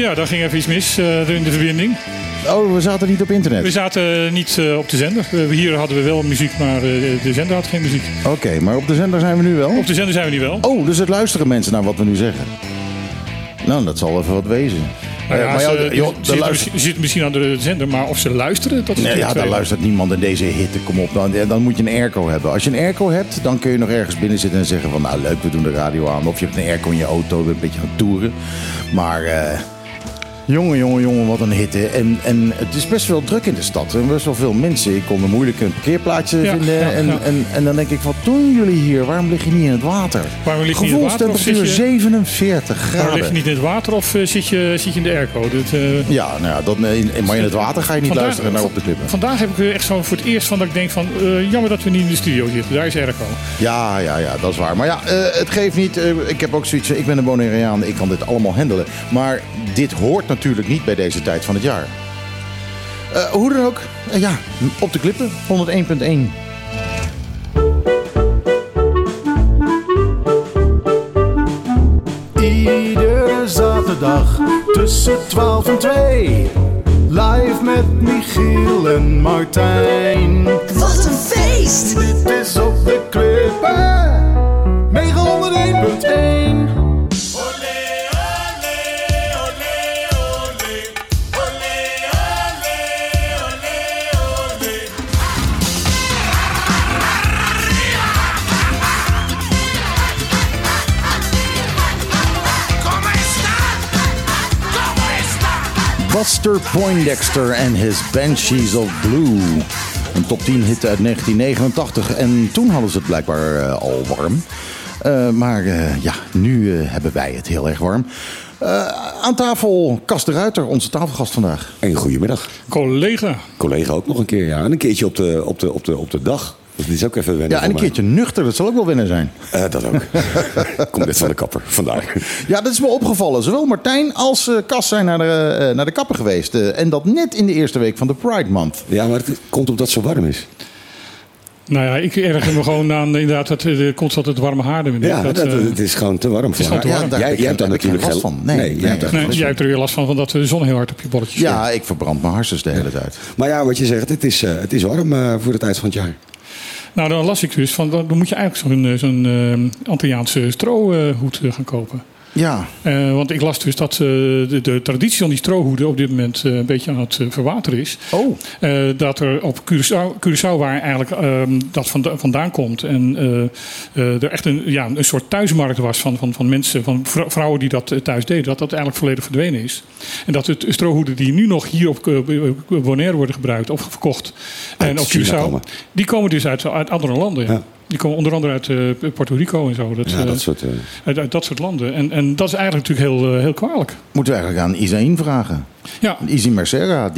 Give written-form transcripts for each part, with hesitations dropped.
Ja, daar ging even iets mis in de verbinding. Oh, we zaten niet op internet? We zaten niet op de zender. Hier hadden we wel muziek, maar de zender had geen muziek. Oké, maar op de zender zijn we nu wel? Op de zender zijn we nu wel. Oh, dus het luisteren mensen naar wat we nu zeggen. Nou, dat zal even wat wezen. Nou ja, ze zitten misschien aan de zender, maar of ze luisteren, dat is nee, ja, daar luistert niemand in deze hitte. Kom op, dan moet je een airco hebben. Als je een airco hebt, dan kun je nog ergens binnen zitten en zeggen van... nou, leuk, we doen de radio aan. Of je hebt een airco in je auto, je bent een beetje aan het toeren. Maar... Jongen, wat een hitte. En het is best wel druk in de stad. Er zijn best wel veel mensen. Ik kon een moeilijk een parkeerplaatsje vinden. En dan denk ik, wat doen jullie hier? Waarom lig je niet in het water? Waarom lig je niet in het water? Gevoelstemperatuur 47 graden. Waarom lig je niet in het water of zit je in de airco? Ja, nou ja, maar in het water ga je niet luisteren naar Op de Klippen. Vandaag heb ik echt zo voor het eerst van dat ik denk van... jammer dat we niet in de studio zitten. Daar is airco. Ja, dat is waar. Maar ja, het geeft niet. Ik heb ook zoiets. Ik ben een Bonaireaan. Ik kan dit allemaal handelen. Maar dit hoort natuurlijk niet bij deze tijd van het jaar. Hoe dan ook. Ja, Op de Klippen, 101.1. Iedere zaterdag tussen 12 en 2. Live met Michiel en Martijn. Wat een feest! Dit is Op de Klippen, 901.1. Buster Poindexter en his Banshees of Blue. Een top 10 hit uit 1989. En toen hadden ze het blijkbaar al warm. Maar nu hebben wij het heel erg warm. Aan tafel Cas de Ruiter, onze tafelgast vandaag. En goedemiddag. Collega ook nog een keer, ja. En een keertje op de dag. Dat is ook even wennen. Ja, en een keertje nuchter, dat zal ook wel wennen zijn. Dat ook. Komt net van de kapper, vandaag. Ja, dat is me opgevallen. Zowel Martijn als Cas zijn naar de kapper geweest. En dat net in de eerste week van de Pride Month. Ja, maar het komt omdat het zo warm is. Nou ja, ik erger me gewoon aan inderdaad dat constant het warme haarden. Ja, het is gewoon te warm. Jij hebt daar natuurlijk geen last van. Nee, jij hebt er weer last van dat de zon heel hard op je bolletjes zit. Ja, ik verbrand mijn harsens de hele tijd. Maar ja, wat je zegt, het is warm voor de tijd van het jaar. Nou, dan las ik dus van, dan moet je eigenlijk zo'n Antilliaanse strohoed gaan kopen. Ja. Want ik las dus dat de traditie van die strohoeden op dit moment een beetje aan het verwateren is. Oh. Dat er op Curaçao waar eigenlijk dat vandaan komt. En er echt een soort thuismarkt was van mensen, van vrouwen die dat thuis deden. Dat eigenlijk volledig verdwenen is. En dat de strohoeden die nu nog hier op Bonaire worden gebruikt of verkocht. En op Curaçao, die komen dus uit andere landen. Ja. Die komen onder andere uit Puerto Rico en zo. Uit dat soort landen. En dat is eigenlijk natuurlijk heel kwalijk. Moeten we eigenlijk aan Isaïn vragen. Ja. Izzy Mercera,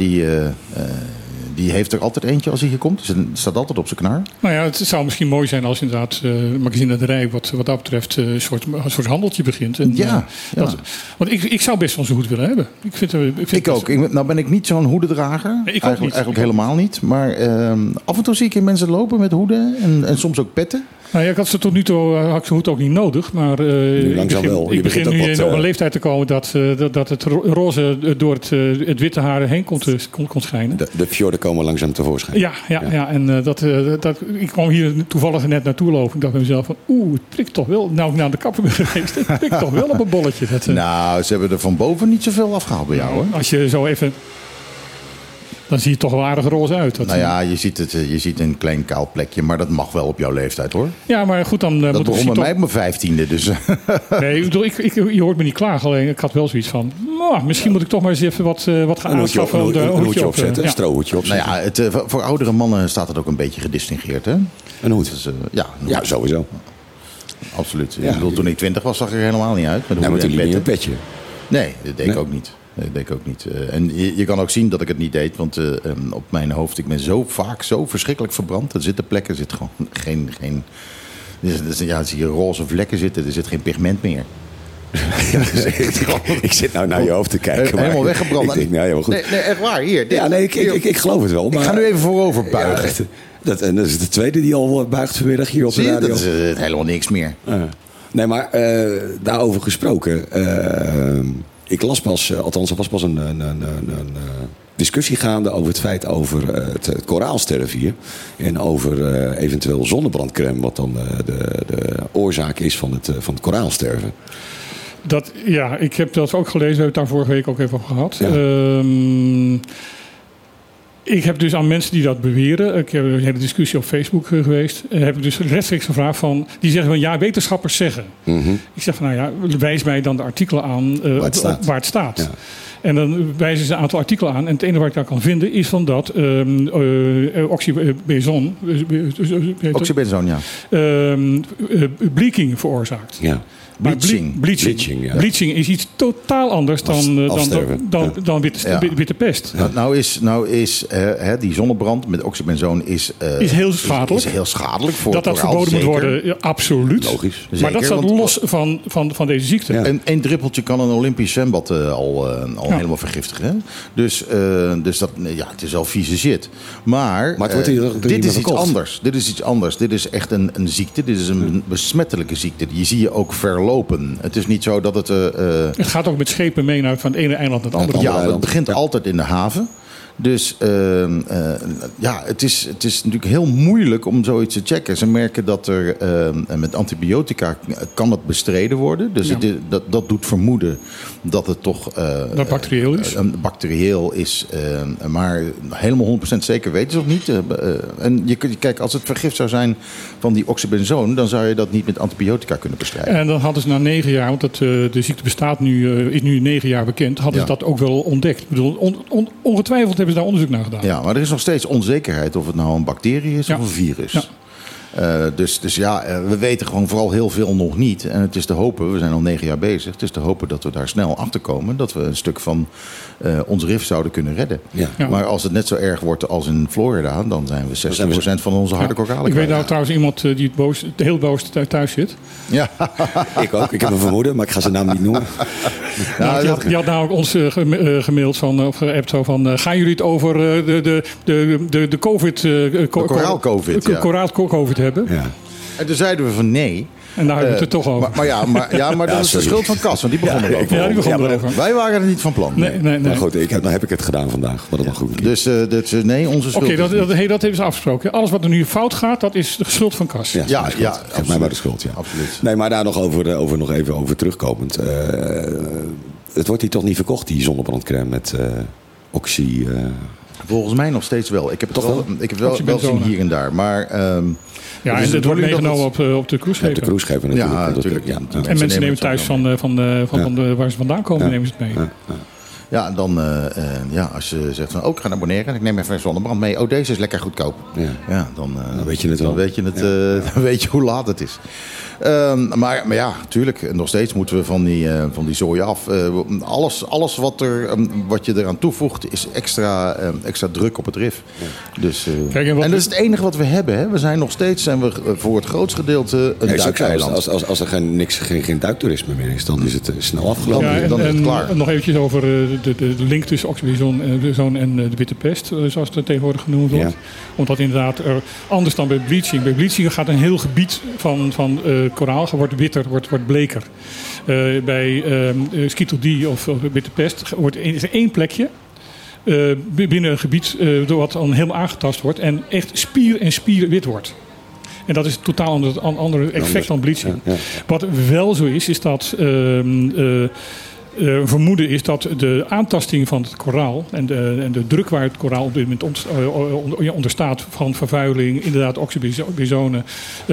die heeft er altijd eentje als hij hier komt. Dus het staat altijd op zijn knar. Nou ja, het zou misschien mooi zijn als inderdaad Magazine de Rij wat dat betreft een soort handeltje begint. En, want ik zou best wel zo'n hoed willen hebben. Ik ook. Nou ben ik niet zo'n hoedendrager. Nee, eigenlijk helemaal niet. Maar af en toe zie ik hier mensen lopen met hoeden en soms ook petten. Nou ja, ik had ze tot nu toe had zo'n hoed ook niet nodig. Maar ik begin nu op een leeftijd te komen dat het roze door het witte haar heen kon schijnen. De fjorden komen langzaam tevoorschijn. Ja. En ik kwam hier toevallig net naartoe lopen. Ik dacht bij mezelf van, het prikt toch wel. Nou, ik naar de kapper ben geweest. Het prikt toch wel op een bolletje. Nou, ze hebben er van boven niet zoveel afgehaald bij jou, hoor. Als je zo even... Dan zie je toch wel aardig roze uit. Je ziet een klein kaal plekje, maar dat mag wel op jouw leeftijd, hoor. Ja, maar goed, dan dat begon bij mij op mijn 15e, dus... Nee, je hoort me niet klagen, alleen ik had wel zoiets van... misschien moet ik toch maar eens even wat gaan aanschaffen. Een hoedje opzetten, een strohoedje opzetten. Nou ja, voor oudere mannen staat het ook een beetje gedistingeerd, hè? Een hoed? Dus, ja, sowieso. Absoluut. Ja, ik bedoel, toen ik 20 was, zag ik er helemaal niet uit. Met toen niet een petje. Nee, dat deed ik ook niet. Dat deed ik ook niet. En je kan ook zien dat ik het niet deed. Want op mijn hoofd, ik ben zo vaak zo verschrikkelijk verbrand. Er zitten plekken, er zit gewoon geen... Ja, zie je roze vlekken zitten. Er zit geen pigment meer. Ik zit nou naar je hoofd te kijken. Helemaal weggebrand. Ik denk, goed. Nee, echt waar. Hier. Ik geloof het wel. Maar ik ga nu even voorover buigen. Ja, dat is de tweede die al buigt vanmiddag hier op de radio. Dat is helemaal niks meer. Nee, maar daarover gesproken... Ik las pas, althans er was pas een discussie gaande over het feit over het koraalsterven hier. En over eventueel zonnebrandcrème, wat dan de oorzaak is van het koraalsterven. Ik heb dat ook gelezen. We hebben het daar vorige week ook even over gehad. Ja. Ik heb dus aan mensen die dat beweren, ik heb een hele discussie op Facebook geweest, heb ik dus rechtstreeks gevraagd die zeggen van ja, wetenschappers zeggen. Mm-hmm. Ik zeg van wijs mij dan de artikelen aan waar het staat. Ja. En dan wijzen ze een aantal artikelen aan. En het enige wat ik daar kan vinden is van dat oxybenzone, ja. Bleaking veroorzaakt. Ja. Bleaching is iets totaal anders dan witte pest. Ja. Nou is die zonnebrand met oxybenzone is heel schadelijk. Is heel schadelijk voor dat verboden moet worden, ja, absoluut. Logisch. Maar dat staat los van deze ziekte. Ja. Een druppeltje kan een Olympisch zwembad al helemaal vergiftigen. Hè? Dus dat, het is al vieze shit. Maar dit is iets anders. Dit is echt een ziekte. Dit is een besmettelijke ziekte. Die zie je ook verlopen. Het is niet zo dat het... Het gaat ook met schepen mee van het ene eiland naar het andere. Ja, het begint altijd in de haven. Dus het is natuurlijk heel moeilijk om zoiets te checken. Ze merken dat er met antibiotica kan het bestreden worden. Dus dat doet vermoeden dat het toch... dat bacterieel is. Bacterieel is. Maar helemaal 100% zeker weten ze nog niet. En kijk, als het vergif zou zijn van die oxybenzone, dan zou je dat niet met antibiotica kunnen bestrijden. En dan hadden ze na 9 jaar, want de ziekte bestaat is nu 9 jaar bekend, hadden ze dat ook wel ontdekt. Ik bedoel, ongetwijfeld hebben ze daar onderzoek naar gedaan. Ja, maar er is nog steeds onzekerheid of het nou een bacterie is of een virus. Ja. We weten gewoon vooral heel veel nog niet. En het is te hopen, we zijn al 9 jaar bezig, het is te hopen dat we daar snel achter komen. Dat we een stuk van ons rif zouden kunnen redden. Ja. Ja. Maar als het net zo erg wordt als in Florida, dan zijn we 60% van onze harde koralen. Ik weet nou trouwens iemand die heel boos thuis zit. Ja. Ik ook. Ik heb een vermoeden, maar ik ga zijn naam niet noemen. Die had namelijk ons gemaild of geappt zo van, gaan jullie het over de COVID... koraal-COVID, koraal-COVID hebben? Ja. En toen zeiden we van nee. En daar hebben we het er toch over. Maar dat is de schuld van Cas, want die begon erover. Ja, die begon erover. Wij waren er niet van plan. Nee. Maar goed, dan heb ik het gedaan vandaag. Wat het nog goed Dus nee, onze schuld. Oké, dat hebben ze afgesproken. Alles wat er nu fout gaat, dat is de schuld van Cas. Ja, geef mij maar de schuld, ja. Absoluut. Nee, maar daar nog even over terugkomend. Het wordt hier toch niet verkocht, die zonnebrandcrème met oxy... Volgens mij nog steeds wel. Ik heb het wel zien hier en daar. Maar... en het wordt meegenomen op de cruiseschepen. Op de cruiseschepen natuurlijk. Ja, natuurlijk. Ja. En mensen nemen thuis van waar ze vandaan komen, nemen ze het mee. Ja, en dan als je zegt van, ik ga naar Bonaire en ik neem even een zonnebrand mee. Oh, deze is lekker goedkoop. Ja, dan weet je het wel. Dan weet je hoe laat het is. Maar ja, natuurlijk, nog steeds moeten we van die zooi af. Alles wat je eraan toevoegt is extra druk op het rif. Dus, en dat is het enige wat we hebben. Hè. We zijn nog steeds voor het grootste gedeelte een duikeiland. Als er geen duiktoerisme meer is, dan is het snel afgelopen. Dan is het klaar. En nog eventjes over de link tussen oxybenzone en de witte pest, zoals het tegenwoordig genoemd wordt. Ja. Omdat inderdaad anders dan bij bleaching. Bij bleaching gaat een heel gebied van koraal wordt witter, wordt bleker. Bij Schietodie of witte pest is er één plekje binnen een gebied wat dan helemaal aangetast wordt en echt spier wit wordt. En dat is totaal een ander effect dan bleaching. Ja. Wat wel zo is dat vermoeden is dat de aantasting van het koraal en de druk waar het koraal op dit moment onder staat van vervuiling, inderdaad oxybenzone,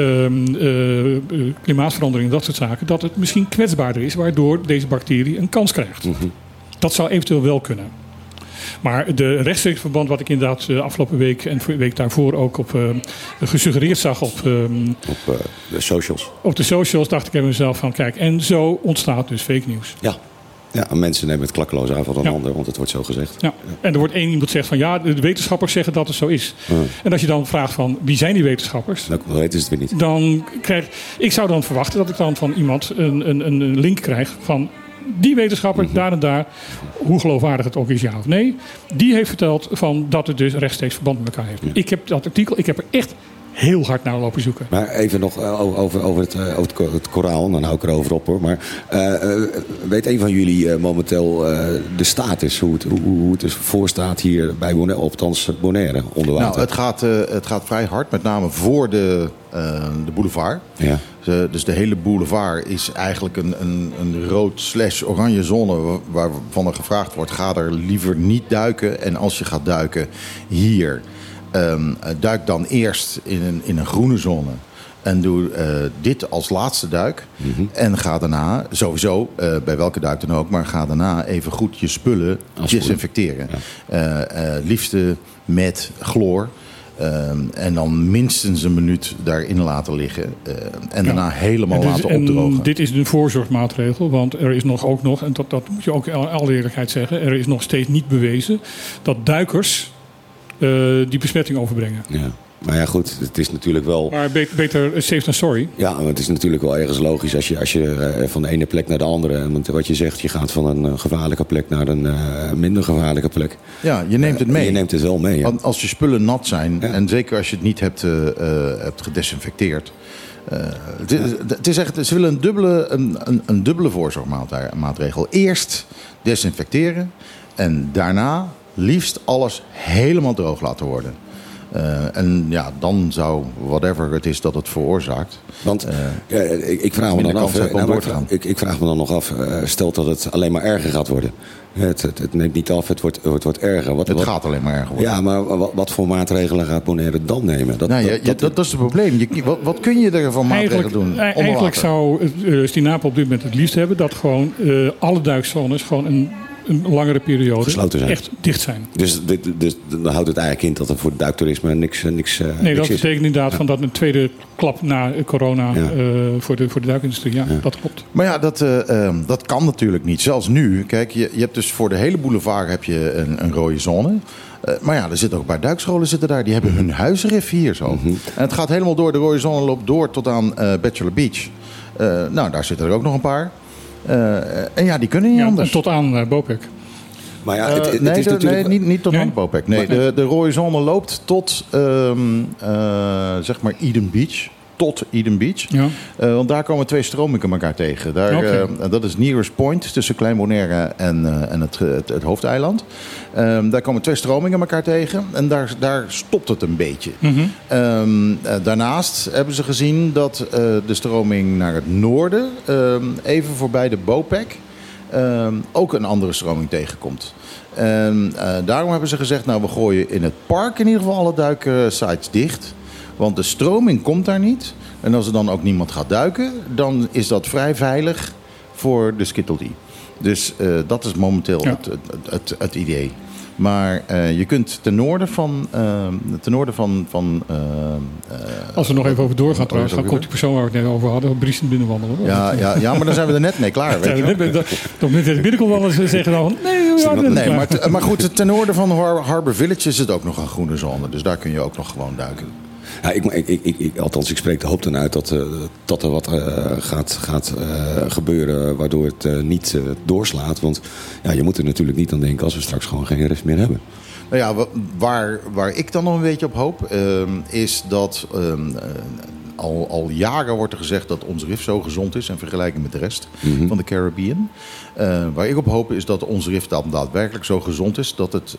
klimaatverandering, dat soort zaken, dat het misschien kwetsbaarder is, waardoor deze bacterie een kans krijgt. Mm-hmm. Dat zou eventueel wel kunnen. Maar de rechtstreeks verband wat ik inderdaad afgelopen week en de week daarvoor ook gesuggereerd zag op de socials. Op de socials dacht ik bij mezelf van kijk, en zo ontstaat dus fake news. Ja, mensen nemen het klakkeloos aan van een ander, want het wordt zo gezegd. Ja. En er wordt één iemand zegt van de wetenschappers zeggen dat het zo is. En als je dan vraagt van wie zijn die wetenschappers? Dan weten ze het weer niet. Dan ik zou dan verwachten dat ik dan van iemand een link krijg van die wetenschapper daar en daar, hoe geloofwaardig het ook is, ja of nee, die heeft verteld van dat het dus rechtstreeks verband met elkaar heeft. Ja. Ik heb dat artikel, ik heb er echt heel hard naar lopen zoeken. Maar even nog over het koraal. Dan hou ik erover op hoor. Maar weet een van jullie momenteel de status? Hoe het ervoor staat hier bij Bonaire, althans Bonaire, onder water? Nou, het gaat vrij hard. Met name voor de boulevard. Ja. Dus de hele boulevard is eigenlijk een rood/oranje zone waarvan er gevraagd wordt: ga er liever niet duiken. En als je gaat duiken hier, duik dan eerst in een groene zone. En doe dit als laatste duik. Mm-hmm. En ga daarna, sowieso, bij welke duik dan ook, maar ga daarna even goed je spullen desinfecteren. Ja. Liefste met chloor. En dan minstens een minuut daarin laten liggen. En daarna helemaal laten opdrogen. En dit is een voorzorgsmaatregel. Want er is ook nog, en dat moet je ook in alle eerlijkheid zeggen, er is nog steeds niet bewezen dat duikers die besmetting overbrengen. Ja. Maar ja, goed, het is natuurlijk wel... Maar beter safe than sorry. Ja, maar het is natuurlijk wel ergens logisch als je van de ene plek naar de andere... Want wat je zegt, je gaat van een gevaarlijke plek naar een minder gevaarlijke plek. Ja, je neemt het mee. Je neemt het wel mee, ja. Want als je spullen nat zijn, en zeker als je het niet hebt gedesinfecteerd... het is echt, ze willen een dubbele voorzorgmaatregel. Eerst desinfecteren en daarna liefst alles helemaal droog laten worden. En ja, dan zou whatever het is dat het veroorzaakt. Want ik vraag me dan af. Ik vraag me dan nog af. Stelt dat het alleen maar erger gaat worden. Het neemt niet af, het wordt erger. Het gaat alleen maar erger worden. Ja, maar wat voor maatregelen gaat Bonaire dan nemen? Dat is het probleem. Wat kun je er van maatregelen doen? Eigenlijk zou Stinapo op dit moment het liefst hebben dat gewoon alle duikzones gewoon een langere periode gesloten zijn. Echt dicht zijn. Dus dan houdt het eigenlijk in dat er voor het duiktoerisme niks nee, dat betekent inderdaad van dat een tweede klap na corona voor de duikindustrie. Ja, dat klopt. Maar ja, dat kan natuurlijk niet. Zelfs nu, kijk, je hebt dus voor de hele boulevard heb je een rode zone. Maar ja, er zitten ook een paar duikscholen zitten daar. Die hebben hun huisrif hier zo. Mm-hmm. En het gaat helemaal door. De rode zone loopt door tot aan Bachelor Beach. Nou, daar zitten er ook nog een paar. En ja, die kunnen niet anders. En tot aan Bopek. Maar ja, het is natuurlijk... niet tot aan Bopek. Nee, de rode zone loopt tot zeg maar Eden Beach. Tot Eden Beach. Ja. Want daar komen twee stromingen elkaar tegen. Dat is Nearest Point tussen Klein Bonaire en het hoofdeiland. Daar komen twee stromingen elkaar tegen. En daar stopt het een beetje. Mm-hmm. Daarnaast hebben ze gezien dat de stroming naar het noorden, even voorbij de Bopek, ook een andere stroming tegenkomt. Daarom hebben ze gezegd, nou, we gooien in het park in ieder geval alle duiksites dicht. Want de stroming komt daar niet. En als er dan ook niemand gaat duiken, dan is dat vrij veilig voor de Skittledee. Dus dat is momenteel het idee. Maar je kunt ten noorden van als we nog even over doorgaan trouwens, dan komt die persoon waar we het net over hadden, briesend binnenwandelen. Ja, maar dan zijn we er net mee klaar. Weet je wel? Op het binnenkomt wel eens zeggen dan, maar goed, ten noorden van Harbour Village is het ook nog een groene zone. Dus daar kun je ook nog gewoon duiken. Ja, ik spreek de hoop dan uit dat er wat gaat gebeuren waardoor het niet doorslaat. Want ja, je moet er natuurlijk niet aan denken als we straks gewoon geen rest meer hebben. Nou ja, waar ik dan nog een beetje op hoop, is dat al jaren wordt er gezegd dat ons rif zo gezond is in vergelijking met de rest van de Caribbean. Waar ik op hoop is dat ons rif dan daadwerkelijk zo gezond is dat het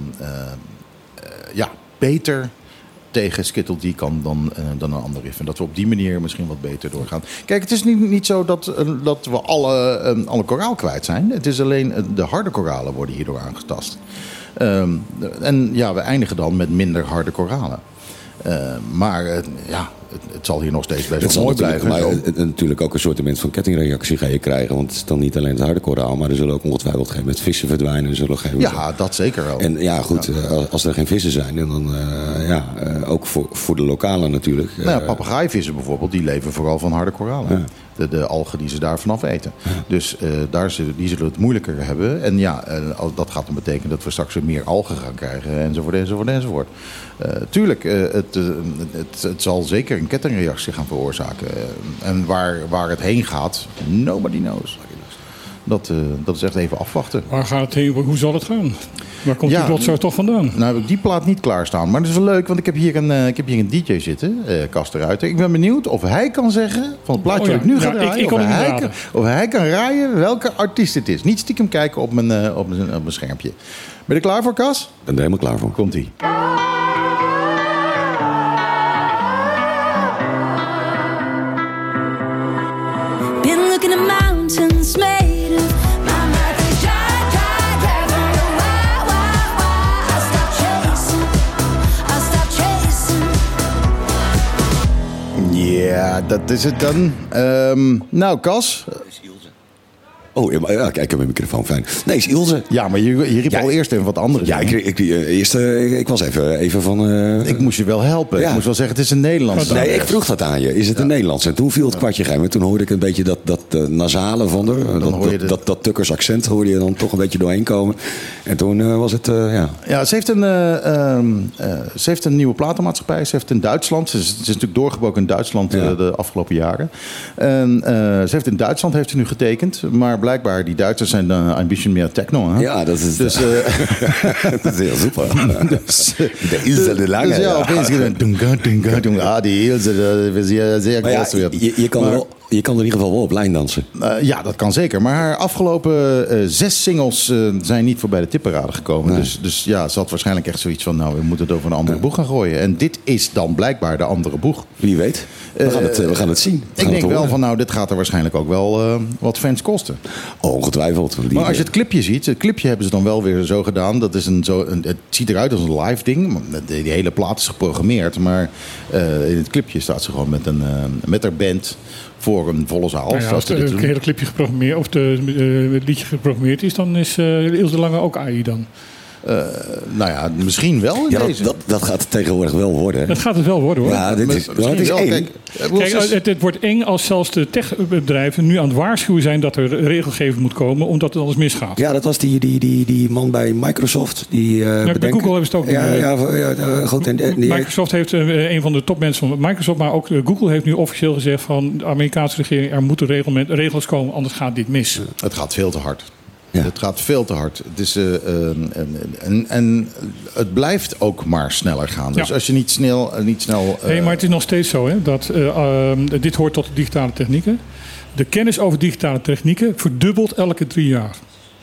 beter tegen Skittledee kan dan een ander rif. En dat we op die manier misschien wat beter doorgaan. Kijk, het is niet zo dat we alle koraal kwijt zijn. Het is alleen de harde koralen worden hierdoor aangetast. En ja, we eindigen dan met minder harde koralen. Maar het zal hier nog steeds best wel mooi blijven. Maar natuurlijk ook een soort van kettingreactie ga je krijgen. Want het is dan niet alleen het harde koraal. Maar er zullen ook ongetwijfeld geen met vissen verdwijnen. Dat zeker wel. En ja, goed. Als er geen vissen zijn. En dan ook voor de lokalen natuurlijk. Papegaaivissen bijvoorbeeld. Die leven vooral van harde koralen. Ja. De algen die ze daar vanaf eten. Ja. Dus die zullen het moeilijker hebben. En dat gaat dan betekenen dat we straks weer meer algen gaan krijgen. Enzovoort. Tuurlijk, het zal zeker een kettingreactie gaan veroorzaken. En waar het heen gaat, nobody knows. Dat is echt even afwachten. Waar gaat het heen? Hoe zal het gaan? Waar komt die rotzooi toch vandaan? Nou heb ik die plaat niet klaarstaan. Maar dat is wel leuk, want ik heb hier een DJ zitten, Cas de Ruiter. Ik ben benieuwd of hij kan zeggen, van het plaatje dat ik nu ga draaien, of hij kan raaien welke artiest het is. Niet stiekem kijken op mijn schermpje. Ben je er klaar voor, Cas? Ik ben er helemaal klaar voor. Komt-ie. Been looking at mountains made of my mouth is dry, driving me wild. I stop chasing. Ja, dat is het dan. Nou, Cas. Oh, ja, kijk, ik heb mijn microfoon, fijn. Nee, is Ilse. Ja, maar je riep al eerst even wat anders. Ja, ik was even van... Ik moest je wel helpen. Ja. Ik moest wel zeggen, het is een Nederlands. Nee, ik vroeg dat aan je. Is het een Nederlands? En toen viel het kwartje geheim. En toen hoorde ik een beetje dat nasale van haar. Dat Tukkers accent hoorde je dan toch een beetje doorheen komen. En toen was het, ja. Ja, ze heeft een nieuwe platenmaatschappij. Ze heeft in Duitsland. Ze is natuurlijk doorgebroken in Duitsland de afgelopen jaren. En ze heeft in Duitsland nu getekend. Maar blijkbaar, die Duitsers zijn een beetje meer techno. Hè? Ja, dat is, dus, dat is heel super. De Ilse de Lange. Dus ja, opeens die Ilse zeer groot werd. Je kan er in ieder geval wel op lijn dansen. Ja, dat kan zeker. Maar haar afgelopen 6 singles zijn niet voorbij de tipparade gekomen. Nee. Dus ja, ze had waarschijnlijk echt zoiets van... we moeten het over een andere boeg gaan gooien. En dit is dan blijkbaar de andere boeg. Wie weet. We gaan het zien. Ik denk wel van, dit gaat er waarschijnlijk ook wel wat fans kosten. Ongetwijfeld. Maar als je het clipje ziet... Het clipje hebben ze dan wel weer zo gedaan. Dat is het ziet eruit als een live ding. Die hele plaat is geprogrammeerd. Maar in het clipje staat ze gewoon met haar band... voor een volle zaal. Nou ja, als het hele clipje geprogrammeerd of het liedje geprogrammeerd is, dan is Ilse Lange ook AI dan. Nou ja, misschien wel in deze. Dat gaat het tegenwoordig wel worden. Dat gaat het wel worden, hoor. Ja, het is eng. Kijk, het wordt eng als zelfs de techbedrijven nu aan het waarschuwen zijn dat er regelgeving moet komen, omdat het anders misgaat. Ja, dat was die man bij Microsoft. Bij Google hebben ze het ook. Goed. Microsoft heeft een van de topmensen van Microsoft, maar ook Google heeft nu officieel gezegd van de Amerikaanse regering, er moeten regels komen, anders gaat dit mis. Het gaat veel te hard. Ja. Het gaat veel te hard. Het is, en het blijft ook maar sneller gaan. Dus als je niet snel... Nee, maar het is nog steeds zo, hè, dat dit hoort tot de digitale technieken. De kennis over digitale technieken verdubbelt elke 3 jaar.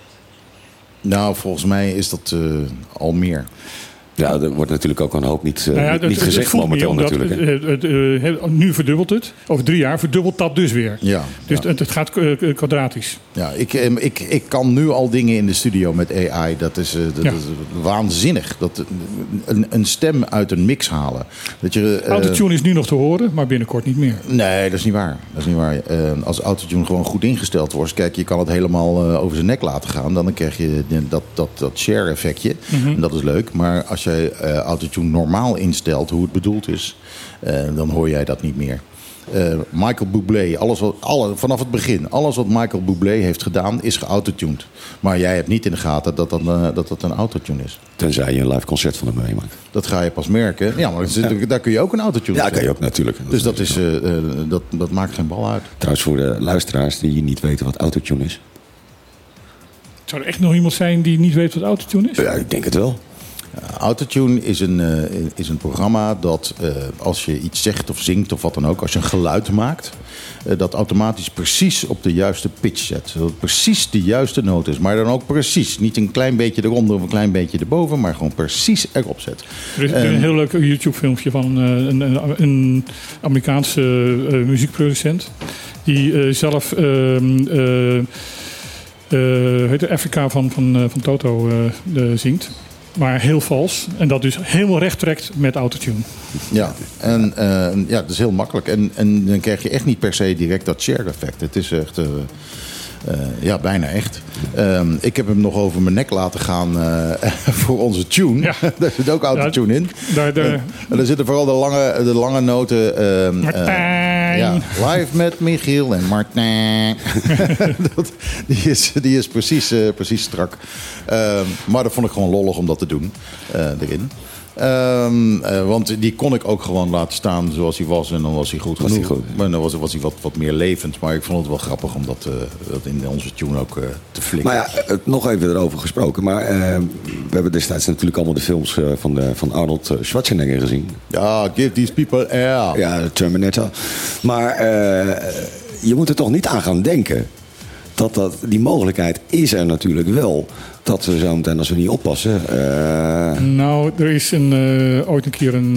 Nou, volgens mij is dat al meer. Ja, er wordt natuurlijk ook een hoop niet gezegd het momenteel natuurlijk. Nu verdubbelt het. Over 3 jaar verdubbelt dat dus weer. Ja, dus het gaat kwadratisch. Ja, ik kan nu al dingen in de studio met AI. Dat is waanzinnig. Een stem uit een mix halen. Autotune is nu nog te horen, maar binnenkort niet meer. Nee, dat is niet waar. Als autotune gewoon goed ingesteld wordt... Kijk, je kan het helemaal over zijn nek laten gaan. Dan krijg je dat share effectje. En dat is leuk. Maar als jij autotune normaal instelt hoe het bedoeld is... dan hoor jij dat niet meer. Michael Bublé, vanaf het begin... alles wat Michael Bublé heeft gedaan is geautotuned. Maar jij hebt niet in de gaten dat een autotune is. Tenzij je een live concert van hem meemaakt. Dat ga je pas merken. Ja, maar daar kun je ook een autotune Ja, kan je ook natuurlijk. Dus dat maakt geen bal uit. Trouwens, voor de luisteraars die niet weten wat autotune is... Zou er echt nog iemand zijn die niet weet wat autotune is? Ja, ik denk het wel. Autotune is een programma dat als je iets zegt of zingt of wat dan ook... als je een geluid maakt, dat automatisch precies op de juiste pitch zet. Dat het precies de juiste noot is. Maar dan ook precies. Niet een klein beetje eronder of een klein beetje erboven... maar gewoon precies erop zet. Er is een heel leuk YouTube-filmpje van een Amerikaanse muziekproducent... die zelf... heet Afrika van Toto zingt... Maar heel vals. En dat dus helemaal recht trekt met autotune. Ja, en dat is heel makkelijk. En dan krijg je echt niet per se direct dat share effect. Het is echt... bijna echt. Ik heb hem nog over mijn nek laten gaan voor onze tune. Ja. Daar zit ook autotune in. Daar zitten vooral de lange noten. Martijn. Live met Michiel en Martijn. Die is precies strak. Maar dat vond ik gewoon lollig om dat te doen erin. Want die kon ik ook gewoon laten staan zoals hij was. En dan was hij goed genoeg. hij goed. Maar dan was hij wat meer levend. Maar ik vond het wel grappig om dat in onze tune ook te flikken. Maar ja, nog even erover gesproken. Maar we hebben destijds natuurlijk allemaal de films van Arnold Schwarzenegger gezien. Ja, give these people air. Ja, Terminator. Maar je moet er toch niet aan gaan denken dat die mogelijkheid is er natuurlijk wel. Dat we zo meteen, als we niet oppassen... Nou, er is ooit een keer een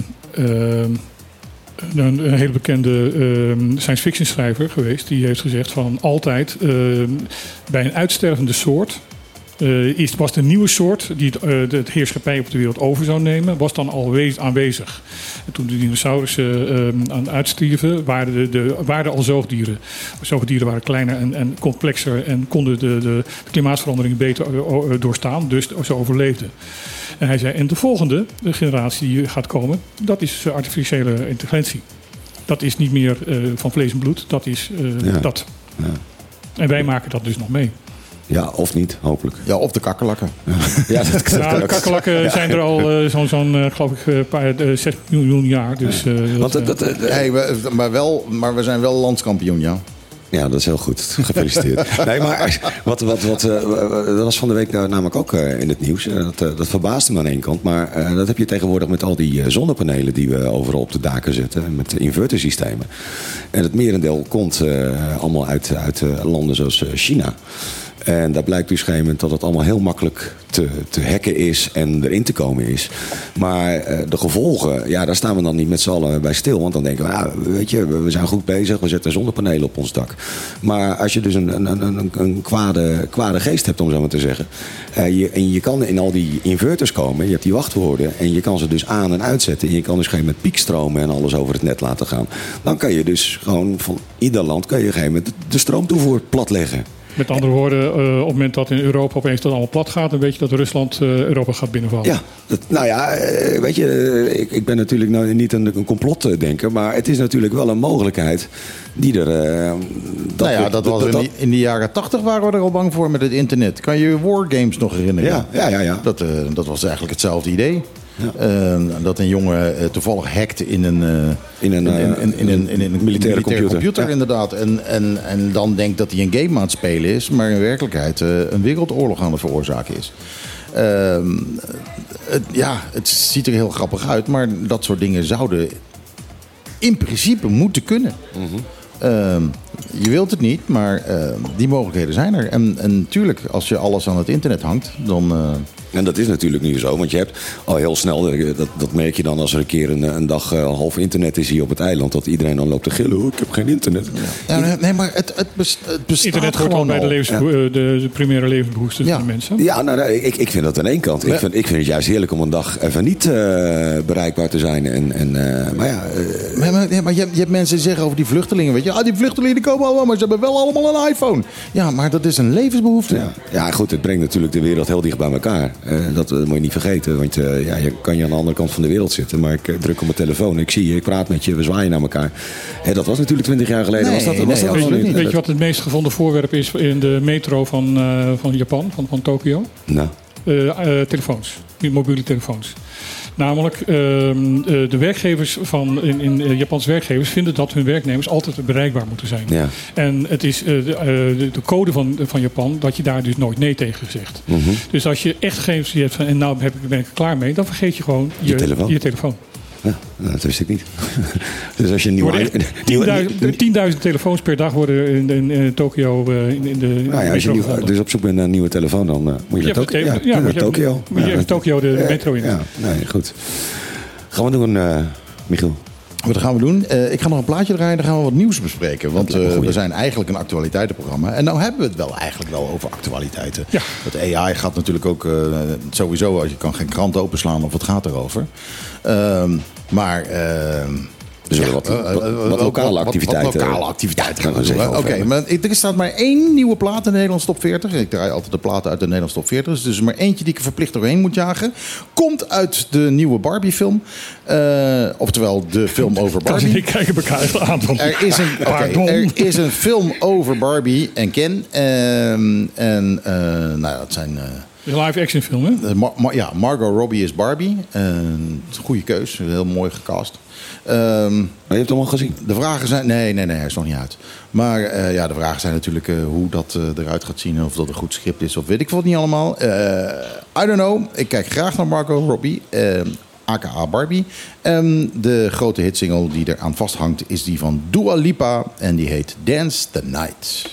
hele bekende science fiction schrijver geweest. Die heeft gezegd van altijd bij een uitstervende soort... was de nieuwe soort die de heerschappij op de wereld over zou nemen, was dan al aanwezig. En toen de dinosaurussen aan het uitstierven, waren al zoogdieren. Zoogdieren waren kleiner en complexer en konden de klimaatverandering beter doorstaan, dus ze overleefden. En hij zei, en de volgende generatie die gaat komen, dat is artificiële intelligentie. Dat is niet meer van vlees en bloed, dat is dat. Ja. En wij maken dat dus nog mee. Ja, of niet, hopelijk. Ja, of de kakkerlakken. Ja, de kakkerlakken zijn er al zo'n geloof ik, 6 miljoen jaar. Dus, maar we zijn wel landskampioen, ja. Ja, dat is heel goed. Gefeliciteerd. Nee, maar dat was van de week namelijk ook in het nieuws. Dat verbaasde me aan één kant. Maar dat heb je tegenwoordig met al die zonnepanelen die we overal op de daken zetten. Met invertersystemen. En het merendeel komt allemaal uit landen zoals China. En daar blijkt dus op een gegeven moment dat het allemaal heel makkelijk te hacken is en erin te komen is. Maar de gevolgen, ja, daar staan we dan niet met z'n allen bij stil. Want dan denken we, weet je, we zijn goed bezig, we zetten zonnepanelen op ons dak. Maar als je dus een kwade geest hebt, om zo maar te zeggen. En je kan in al die inverters komen, je hebt die wachtwoorden. En je kan ze dus aan- en uitzetten. En je kan dus geen met piekstromen en alles over het net laten gaan. Dan kan je dus gewoon van ieder land kan je op een gegeven moment de stroomtoevoer platleggen. Met andere woorden, op het moment dat in Europa opeens dat allemaal plat gaat, dan weet je dat Rusland Europa gaat binnenvallen. Ja, weet je, ik ben natuurlijk niet een complotdenker, maar het is natuurlijk wel een mogelijkheid die er... in de jaren 80 waren we er al bang voor met het internet. Kan je Wargames nog herinneren? Ja. Dat was eigenlijk hetzelfde idee. Ja. Dat een jongen toevallig hackte in een militaire computer ja. Inderdaad. En dan denkt dat hij een game aan het spelen is, maar in werkelijkheid een wereldoorlog aan het veroorzaken is. Het ziet er heel grappig uit, maar dat soort dingen zouden in principe moeten kunnen. Mm-hmm. Je wilt het niet, maar die mogelijkheden zijn er. En natuurlijk, als je alles aan het internet hangt, dan... En dat is natuurlijk nu zo, want je hebt al heel snel, dat merk je dan als er een keer een dag half internet is hier op het eiland, dat iedereen dan loopt te gillen, ik heb geen internet. Ja, nee, maar het bestaat internet hoort al bij de primaire levensbehoeften van de mensen. Ja, nou, ik vind dat aan één kant. Ik vind het juist heerlijk om een dag even niet bereikbaar te zijn. Maar je hebt mensen die zeggen over die vluchtelingen, weet je, die vluchtelingen die komen allemaal, maar ze hebben wel allemaal een iPhone. Ja, maar dat is een levensbehoefte. Ja, goed, het brengt natuurlijk de wereld heel dicht bij elkaar. Dat moet je niet vergeten, want je kan je aan de andere kant van de wereld zitten. Maar ik druk op mijn telefoon, ik zie je, ik praat met je, we zwaaien naar elkaar. Dat was natuurlijk 20 jaar geleden. Weet je wat het meest gevonden voorwerp is in de metro van Japan, van Tokio? Nou. Telefoons, mobiele telefoons. Namelijk, de werkgevers in Japanse werkgevers vinden dat hun werknemers altijd bereikbaar moeten zijn. Ja. En het is de code van Japan dat je daar dus nooit nee tegen zegt. Mm-hmm. Dus als je echt geen hebt van en nou ben ik er klaar mee, dan vergeet je gewoon je telefoon. Ja, dat wist ik niet. Dus als je een 10.000 telefoons per dag worden in Tokio in de als je dus op zoek bent naar een nieuwe telefoon, dan moet je naar Tokio. Moet je even Tokio de metro in. Ja, nee, goed. Gaan we doen, Michiel? Wat gaan we doen? Ik ga nog een plaatje draaien, dan gaan we wat nieuws bespreken. Want we zijn eigenlijk een actualiteitenprogramma. En nou hebben we het eigenlijk wel over actualiteiten. Ja. Het AI gaat natuurlijk ook sowieso, je kan geen krant openslaan of het gaat erover. Dus wat lokale activiteiten. Wat lokale activiteiten gaan we zeggen. Oké, maar er staat maar één nieuwe plaat in de Nederlandse top 40. Ik draai altijd de platen uit de Nederlandse top 40. Dus er is maar eentje die ik er verplicht doorheen moet jagen. Komt uit de nieuwe Barbie-film. Oftewel de film over Barbie. Ik kijk elkaar aan. Er is een film over Barbie en Ken. Dat zijn... is een live-action film, hè? Ja, Margot Robbie is Barbie. Goede keus, heel mooi gecast. Maar je hebt hem al gezien? De vragen zijn... Nee, hij is nog niet uit. Maar de vragen zijn natuurlijk hoe dat eruit gaat zien. Of dat een goed script is of weet ik wat niet allemaal. I don't know. Ik kijk graag naar Margot Robbie. aka Barbie. En de grote hitsingle die eraan vasthangt is die van Dua Lipa. En die heet Dance the Night.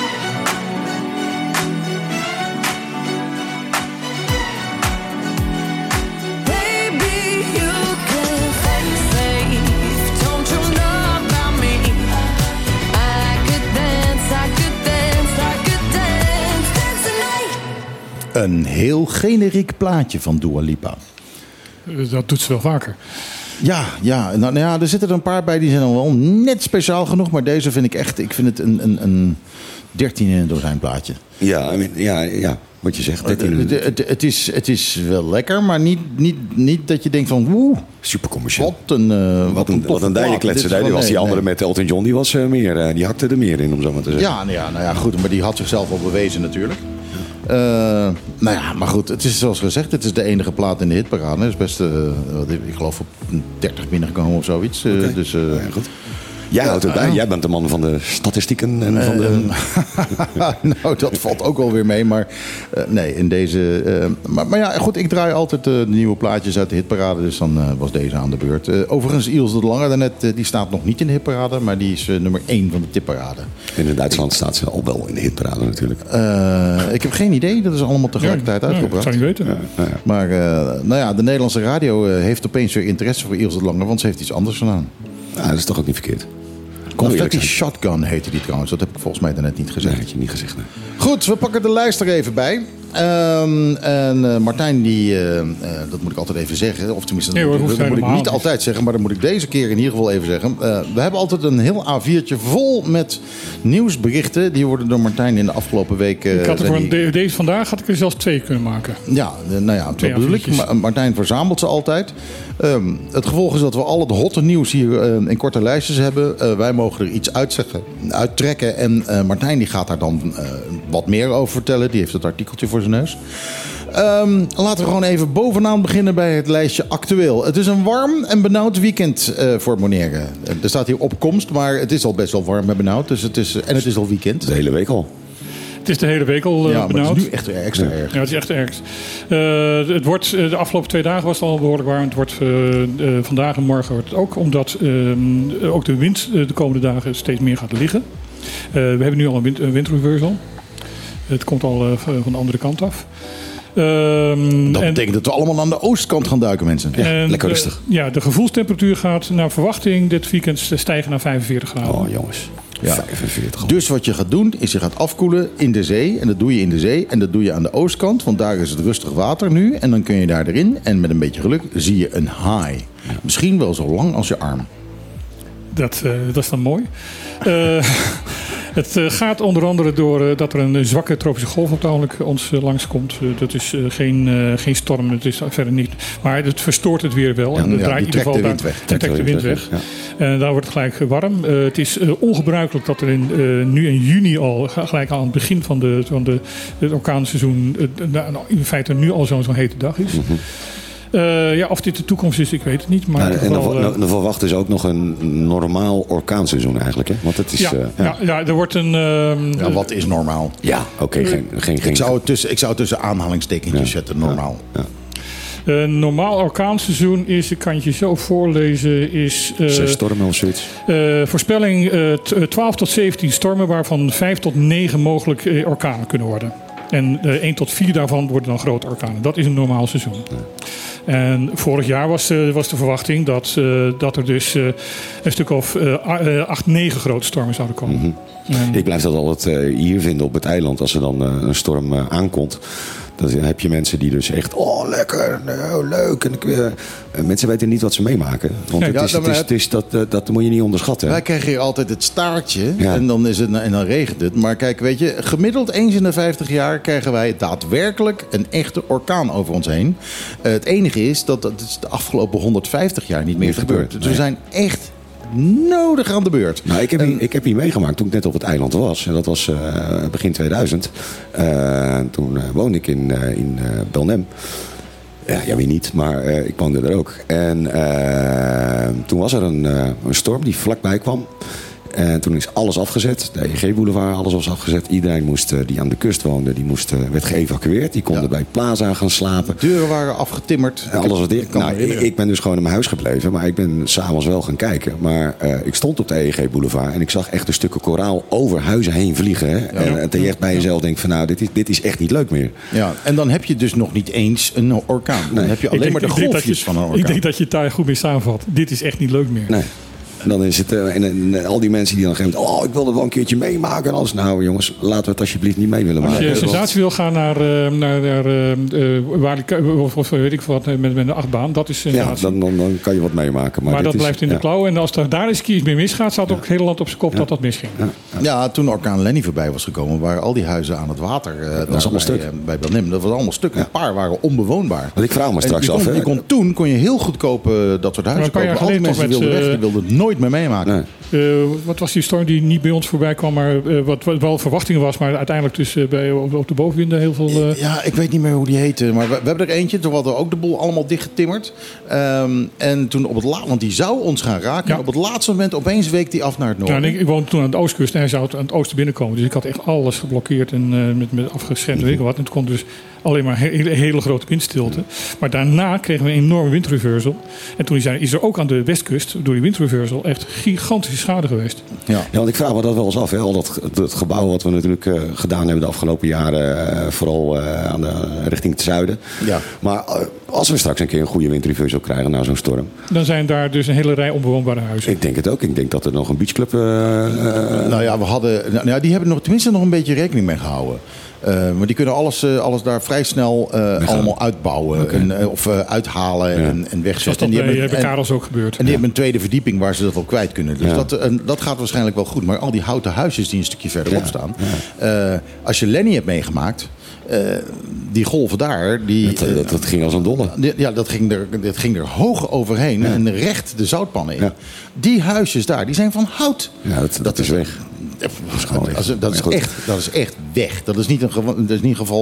Een heel generiek plaatje van Dua Lipa. Dat doet ze wel vaker. Ja, nou ja, er zitten er een paar bij die zijn dan wel net speciaal genoeg. Maar deze vind ik echt, ik vind het een 13 in een dozijn plaatje. Ja, wat je zegt. 13 het is wel lekker, maar niet dat je denkt van woe. Super commercieel. Wat een dijkletser. Die was die andere met Elton John, die was meer. Die hakte er meer in, om zo maar te zeggen. Ja, goed, maar die had zichzelf al bewezen natuurlijk. Maar goed, het is zoals gezegd, het is de enige plaat in de hitparade. Het is best, ik geloof op 30 binnengekomen of zoiets. Okay. Dus, goed. Jij houdt erbij. Jij bent de man van de statistieken en van de... Nou, dat valt ook wel weer mee. Maar nee, in deze... Maar ja, goed, ik draai altijd de nieuwe plaatjes uit de hitparade. Dus dan was deze aan de beurt. Overigens, Ilse de Lange daarnet, die staat nog niet in de hitparade. Maar die is nummer 1 van de tipparade. En in Duitsland staat ze al wel in de hitparade natuurlijk. Ik heb geen idee. Dat is allemaal tegelijkertijd uitgebracht. Ik zou niet weten. Maar de Nederlandse radio heeft opeens weer interesse voor Ilse de Lange. Want ze heeft iets anders gedaan. Dat is toch ook niet verkeerd. Confetti Shotgun heette die trouwens. Dat heb ik volgens mij daarnet niet gezegd. Nee, had je niet gezegd. Nee. Goed, we pakken de lijst er even bij. Martijn, dat moet ik altijd even zeggen. Of tenminste, dat moet ik niet altijd zeggen. Maar dat moet ik deze keer in ieder geval even zeggen. We hebben altijd een heel A4'tje vol met nieuwsberichten. Die worden door Martijn in de afgelopen week... ik had er voor deze vandaag had ik er zelfs 2 kunnen maken. Ja, dat bedoel ik. Martijn verzamelt ze altijd. Het gevolg is dat we al het hotte nieuws hier in korte lijstjes hebben. Wij mogen er iets uittrekken. En Martijn die gaat daar dan wat meer over vertellen. Die heeft het artikeltje voor zijn neus. Laten we gewoon even bovenaan beginnen bij het lijstje actueel. Het is een warm en benauwd weekend voor Bonaire. Er staat hier opkomst, maar het is al best wel warm en benauwd. Dus het is al weekend. De hele week al. Het is de hele week al benauwd. Maar het is nu echt extra erg. Ja, het is echt erg. Het wordt, de afgelopen 2 dagen was het al behoorlijk warm. Het wordt vandaag en morgen wordt het ook. Omdat ook de wind de komende dagen steeds meer gaat liggen. We hebben nu al een windreversal. Het komt al van de andere kant af. Dat betekent dat we allemaal aan de oostkant gaan duiken, mensen. Ja, lekker rustig. De gevoelstemperatuur gaat naar verwachting dit weekend stijgen naar 45 graden. Oh jongens. Ja. 45. Dus wat je gaat doen, is je gaat afkoelen in de zee. En dat doe je in de zee. En dat doe je aan de oostkant. Want daar is het rustig water nu. En dan kun je daar erin. En met een beetje geluk zie je een haai. Ja. Misschien wel zo lang als je arm. Dat is dan mooi. Het gaat onder andere door dat er een zwakke tropische golf op het ogenblik ons langskomt. Dat is geen storm, het is verder niet. Maar het verstoort het weer wel. En die trekt de wind weg. Trekt de wind weg. Ja. En daar wordt het gelijk warm. Het is ongebruikelijk dat er nu in juni al, gelijk aan het begin van het orkaanseizoen, in feite nu al zo'n hete dag is. Mm-hmm. Of dit de toekomst is, ik weet het niet. Maar de verwacht is ook nog een normaal orkaanseizoen eigenlijk. Hè? Want het is, er wordt een... wat is normaal? Ja, oké. Ik zou het tussen aanhalingstekentjes zetten, normaal. Ja. Een normaal orkaanseizoen is, ik kan het je zo voorlezen, is... 6 stormen of zoiets. Voorspelling 12 tot 17 stormen, waarvan 5 tot 9 mogelijk orkanen kunnen worden. En 1 tot 4 daarvan worden dan grote orkanen. Dat is een normaal seizoen. Ja. En vorig jaar was de verwachting dat er dus een stuk of 8, 9 grote stormen zouden komen. Mm-hmm. Ik blijf dat altijd hier vinden op het eiland als er dan een storm aankomt. Dan heb je mensen die dus echt, lekker, leuk. En mensen weten niet wat ze meemaken. Want dat moet je niet onderschatten. Wij krijgen hier altijd het staartje en dan regent het. Maar kijk, weet je, gemiddeld eens in de 50 jaar krijgen wij daadwerkelijk een echte orkaan over ons heen. Het enige is dat is de afgelopen 150 jaar niet meer gebeurd. Dus we zijn echt nodig aan de beurt. Nou, ik heb hier meegemaakt toen ik net op het eiland was. En dat was begin 2000. Toen woonde ik in Belnem. Ja, wie niet, maar ik woonde er ook. En toen was er een storm die vlakbij kwam. En toen is alles afgezet. De EG-boulevard, alles was afgezet. Iedereen die aan de kust woonde, werd geëvacueerd. Die konden bij Plaza gaan slapen. De deuren waren afgetimmerd. Alles was dicht. Ik ben dus gewoon in mijn huis gebleven. Maar ik ben s'avonds wel gaan kijken. Maar ik stond op de EG-boulevard. En ik zag echt een stukken koraal over huizen heen vliegen. Hè? En dat je echt bij jezelf denkt van dit is echt niet leuk meer. Ja, en dan heb je dus nog niet eens een orkaan. Dan heb je alleen maar de golfjes van een orkaan. Ik denk dat je het daar goed mee samenvat. Dit is echt niet leuk meer. Nee. En dan is het, en al die mensen die dan geven, ik wil er wel een keertje meemaken. En alles. Nou jongens, laten we het alsjeblieft niet mee willen maken. Als je sensatie wil gaan naar of weet ik wat, met de achtbaan, dat is sensatie. Ja, dan kan je wat meemaken. Maar dat blijft in de klauw. En als er daar eens een keer mee misgaat, staat ook het hele land op zijn kop dat misging. Ja, toen orkaan Lenny voorbij was gekomen, waren al die huizen aan het water. Dat was allemaal stuk. Bij Belnem, dat was allemaal stuk. Een paar waren onbewoonbaar. Want ik vraag me straks af. Toen kon je heel goedkoop dat soort huizen kopen. Al die mensen die wilden weg, die wilden het nooit meer meemaken. Nee. Wat was die storm die niet bij ons voorbij kwam, maar wat wel verwachtingen was, maar uiteindelijk dus op de bovenwinden heel veel... Ja, ik weet niet meer hoe die heette, maar we hebben er eentje. Toen hadden we ook de boel allemaal dichtgetimmerd. En toen want die zou ons gaan raken. En op het laatste moment opeens week die af naar het noorden. Ja, ik woonde toen aan de oostkust en hij zou aan het oosten binnenkomen. Dus ik had echt alles geblokkeerd en met afgeschermd weet ik wat. En het kon dus alleen maar hele grote windstilte. Maar daarna kregen we een enorme windreversal. En toen is er ook aan de westkust door die windreversal echt gigantische schade geweest. Ja, want ik vraag me dat wel eens af. Hè? Al dat gebouw wat we natuurlijk gedaan hebben de afgelopen jaren. Vooral richting het zuiden. Ja. Maar als we straks een keer een goede windreversal krijgen na zo'n storm. Dan zijn daar dus een hele rij onbewoonbare huizen. Ik denk het ook. Ik denk dat er nog een beachclub... die hebben tenminste nog een beetje rekening mee gehouden. Maar die kunnen alles daar vrij snel allemaal uitbouwen of uithalen en wegzetten. Dat bij Karels ook gebeurd. En die hebben een tweede verdieping waar ze dat wel kwijt kunnen. Dus dat gaat waarschijnlijk wel goed. Maar al die houten huisjes die een stukje verderop staan. Als je Lenny hebt meegemaakt... die golven daar... Dat ging als een dolle. Dat ging er hoog overheen en recht de zoutpannen in. Ja. Die huisjes daar, die zijn van hout. Ja, dat is weg. Dat is echt weg. Dat is niet een geval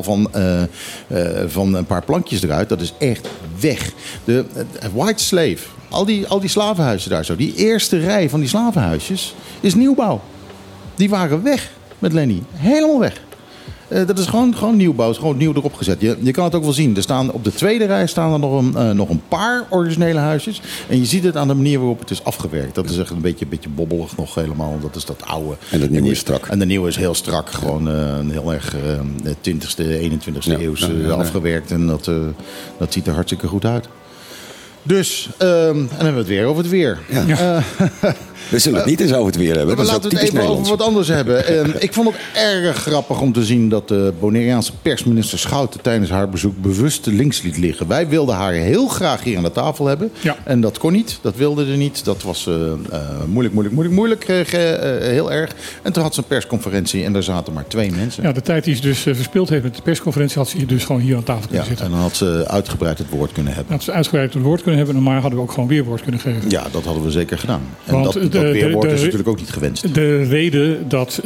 van een paar plankjes eruit. Dat is echt weg. De White Slave, al die slavenhuizen daar zo. Die eerste rij van die slavenhuisjes is nieuwbouw. Die waren weg met Lenny. Helemaal weg. Dat is gewoon nieuwbouw, is gewoon nieuw erop gezet. Je kan het ook wel zien. Op de tweede rij staan er nog een paar originele huisjes. En je ziet het aan de manier waarop het is afgewerkt. Dat is echt een beetje bobbelig nog helemaal. Dat is dat oude. En dat nieuwe is strak. En de nieuwe is heel strak. Gewoon heel erg 20e, 21e eeuws afgewerkt. En dat ziet er hartstikke goed uit. Dus, en dan hebben we het weer over het weer. Ja. We zullen het niet eens over het weer hebben. Laten we het even over wat anders hebben. Ik vond het erg grappig om te zien dat de Bonaireaanse persminister Schouten tijdens haar bezoek bewust links liet liggen. Wij wilden haar heel graag hier aan de tafel hebben. Ja. En dat kon niet. Dat wilde ze niet. Dat was moeilijk. Heel erg. En toen had ze een persconferentie en daar zaten maar 2 mensen. Ja, de tijd die ze dus verspeeld heeft met de persconferentie had ze dus gewoon hier aan tafel kunnen zitten. En dan had ze uitgebreid het woord kunnen hebben. Had ze uitgebreid het woord kunnen hebben, normaal hadden we ook gewoon weerwoord kunnen geven. Ja, dat hadden we zeker gedaan. En dat weerwoord is natuurlijk ook niet gewenst. De reden dat,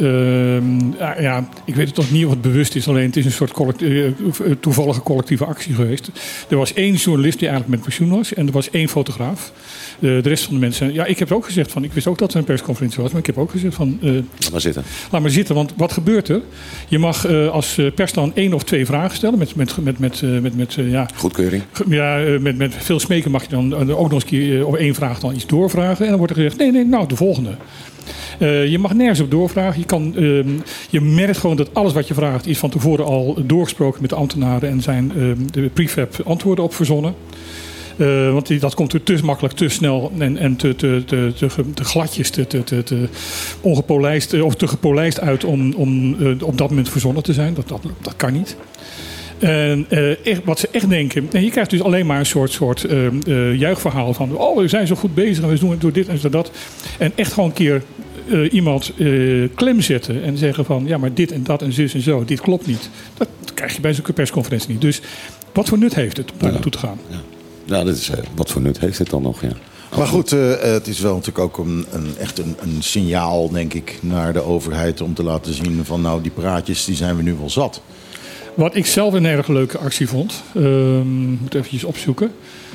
ik weet het toch niet of het bewust is, alleen het is een soort toevallige collectieve actie geweest. Er was 1 journalist die eigenlijk met pensioen was en er was 1 fotograaf. De rest van de mensen, ik heb ook gezegd ik wist ook dat er een persconferentie was, maar ik heb ook gezegd laat maar zitten. Laat maar zitten, want wat gebeurt er? Je mag als pers dan 1 of 2 vragen stellen met goedkeuring. Ja, met veel smeken mag je dan ook nog eens keer op 1 vraag dan iets doorvragen en dan wordt er gezegd, nee, nou de volgende. Je mag nergens op doorvragen. Je merkt gewoon dat alles wat je vraagt is van tevoren al doorgesproken met de ambtenaren en zijn de prefab antwoorden op verzonnen. Want dat komt er te makkelijk, te snel en te gladjes, te ongepolijst of te gepolijst uit om op dat moment verzonnen te zijn. Dat kan niet. En wat ze echt denken... En je krijgt dus alleen maar een soort juichverhaal van... we zijn zo goed bezig en we doen dit en dat. En echt gewoon een keer iemand klem zetten en zeggen van... ja, maar dit en dat en zus en zo, dit klopt niet. Dat krijg je bij zo'n persconferentie niet. Dus wat voor nut heeft het om daar naartoe te gaan? Ja, dat is, wat voor nut heeft het dan nog, ja. Maar goed, het is wel natuurlijk ook echt een signaal, denk ik, naar de overheid om te laten zien van nou, die praatjes die zijn we nu wel zat. Wat ik zelf een erg leuke actie vond, moet eventjes opzoeken.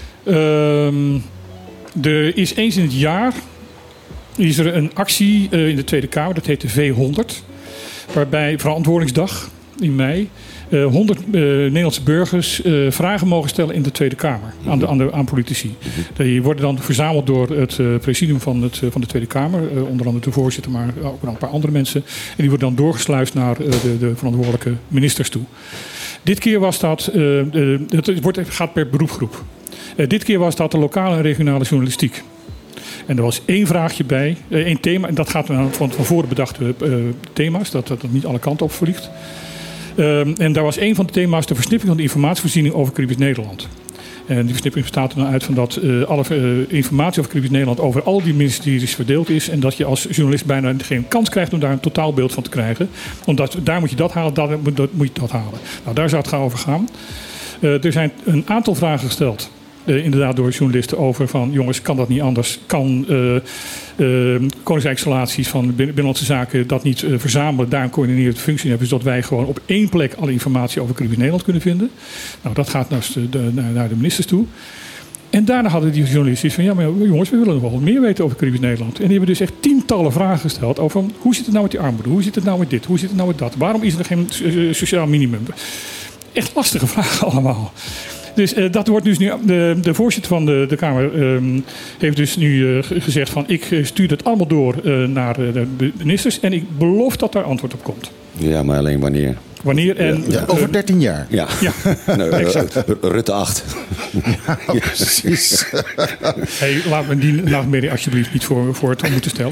Er is eens in het jaar is er een actie in de Tweede Kamer, dat heet de V100. Waarbij Verantwoordingsdag in mei 100 Nederlandse burgers vragen mogen stellen in de Tweede Kamer aan politici. Die worden dan verzameld door het presidium van de Tweede Kamer. Onder andere de voorzitter, maar ook een paar andere mensen. En die worden dan doorgesluist naar de verantwoordelijke ministers toe. Dit keer was dat, het gaat per beroepsgroep. Dit keer was dat de lokale en regionale journalistiek. En er was één vraagje bij, één thema. En dat gaat van voren bedachte thema's, dat niet alle kanten op vliegt. En daar was één van de thema's de versnippering van de informatievoorziening over Caribisch Nederland. En die versnippering bestaat er dan uit van dat alle informatie over Caribisch Nederland over al die ministeries verdeeld is. En dat je als journalist bijna geen kans krijgt om daar een totaalbeeld van te krijgen. Omdat daar moet je dat halen, daar moet je dat halen. Nou, daar zou het gaan over gaan. Er zijn een aantal vragen gesteld. Inderdaad door journalisten over van jongens, kan dat niet anders? Kan Koninkrijksrelaties van Binnenlandse Zaken dat niet verzamelen, daar een coördinerende functie hebben, zodat wij gewoon op één plek alle informatie over Caribisch Nederland kunnen vinden? Nou, dat gaat naar de ministers toe. En daarna hadden die journalisten van ja, maar jongens, we willen nog wel wat meer weten over Caribisch Nederland. En die hebben dus echt tientallen vragen gesteld over hoe zit het nou met die armoede? Hoe zit het nou met dit? Hoe zit het nou met dat? Waarom is er geen sociaal minimum? Echt lastige vragen allemaal. Dus dat wordt dus nu. De voorzitter van de Kamer heeft dus nu gezegd van ik stuur het allemaal door naar de ministers en ik beloof dat daar antwoord op komt. Ja, maar alleen wanneer? Wanneer en... Ja, over 13 jaar. Ja, exact. Rutte 8. Ja, precies. Hey, laat me die nachtmerrie alsjeblieft niet voor het moeten stellen.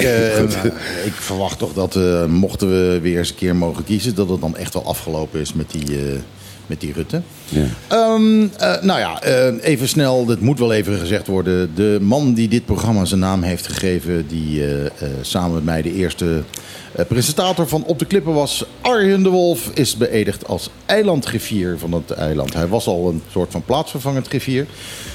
Ik verwacht toch dat mochten we weer eens een keer mogen kiezen, dat het dan echt wel afgelopen is met die Rutte. Ja. Even snel, dat moet wel even gezegd worden. De man die dit programma zijn naam heeft gegeven, die samen met mij de eerste presentator van Op de Klippen was, Arjen de Wolf, is beëdigd als eilandgriffier van het eiland. Hij was al een soort van plaatsvervangend griffier.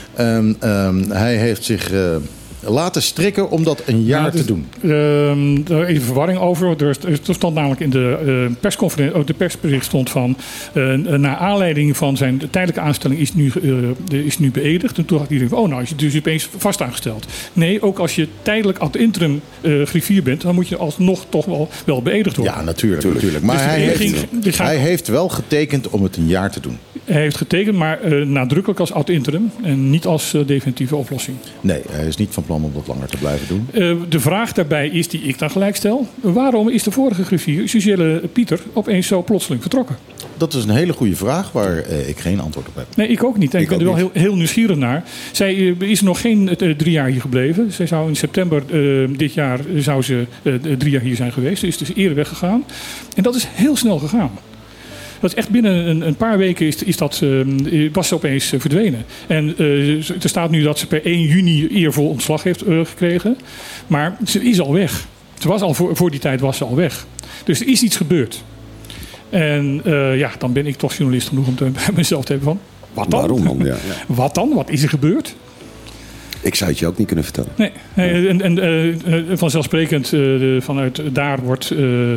Hij heeft zich laten strikken om dat een jaar te doen. Er is verwarring over. Er stond namelijk in de persconferentie, ook de persbericht stond van naar aanleiding van zijn tijdelijke aanstelling is nu beëdigd. En toen had iedereen van, nou is je dus opeens vast aangesteld. Nee, ook als je tijdelijk ad interim griffier bent, dan moet je alsnog toch wel beëdigd worden. Ja, natuurlijk. Maar dus hij heeft wel getekend om het een jaar te doen. Hij heeft getekend, maar nadrukkelijk als ad interim en niet als definitieve oplossing. Nee, hij is niet van plan om dat langer te blijven doen. De vraag daarbij is die ik dan gelijk stel. Waarom is de vorige griffier, Suzelle Pieter, opreens zo plotseling vertrokken? Dat is een hele goede vraag waar ik geen antwoord op heb. Nee, ik ook niet. En ik ben er wel heel nieuwsgierig naar. Zij is nog geen 3 jaar hier gebleven. Zij zou in september dit jaar zou ze 3 jaar hier zijn geweest. Ze is dus eerder weggegaan. En dat is heel snel gegaan. Dat is echt binnen een paar weken was ze opeens verdwenen. En er staat nu dat ze per 1 juni eervol ontslag heeft gekregen. Maar ze is al weg. Ze was al voor die tijd was ze al weg. Dus er is iets gebeurd. En dan ben ik toch journalist genoeg om bij mezelf te hebben van... Wat dan? Waarom dan? Ja. Wat dan? Wat is er gebeurd? Ik zou het je ook niet kunnen vertellen. Nee. En vanzelfsprekend vanuit daar wordt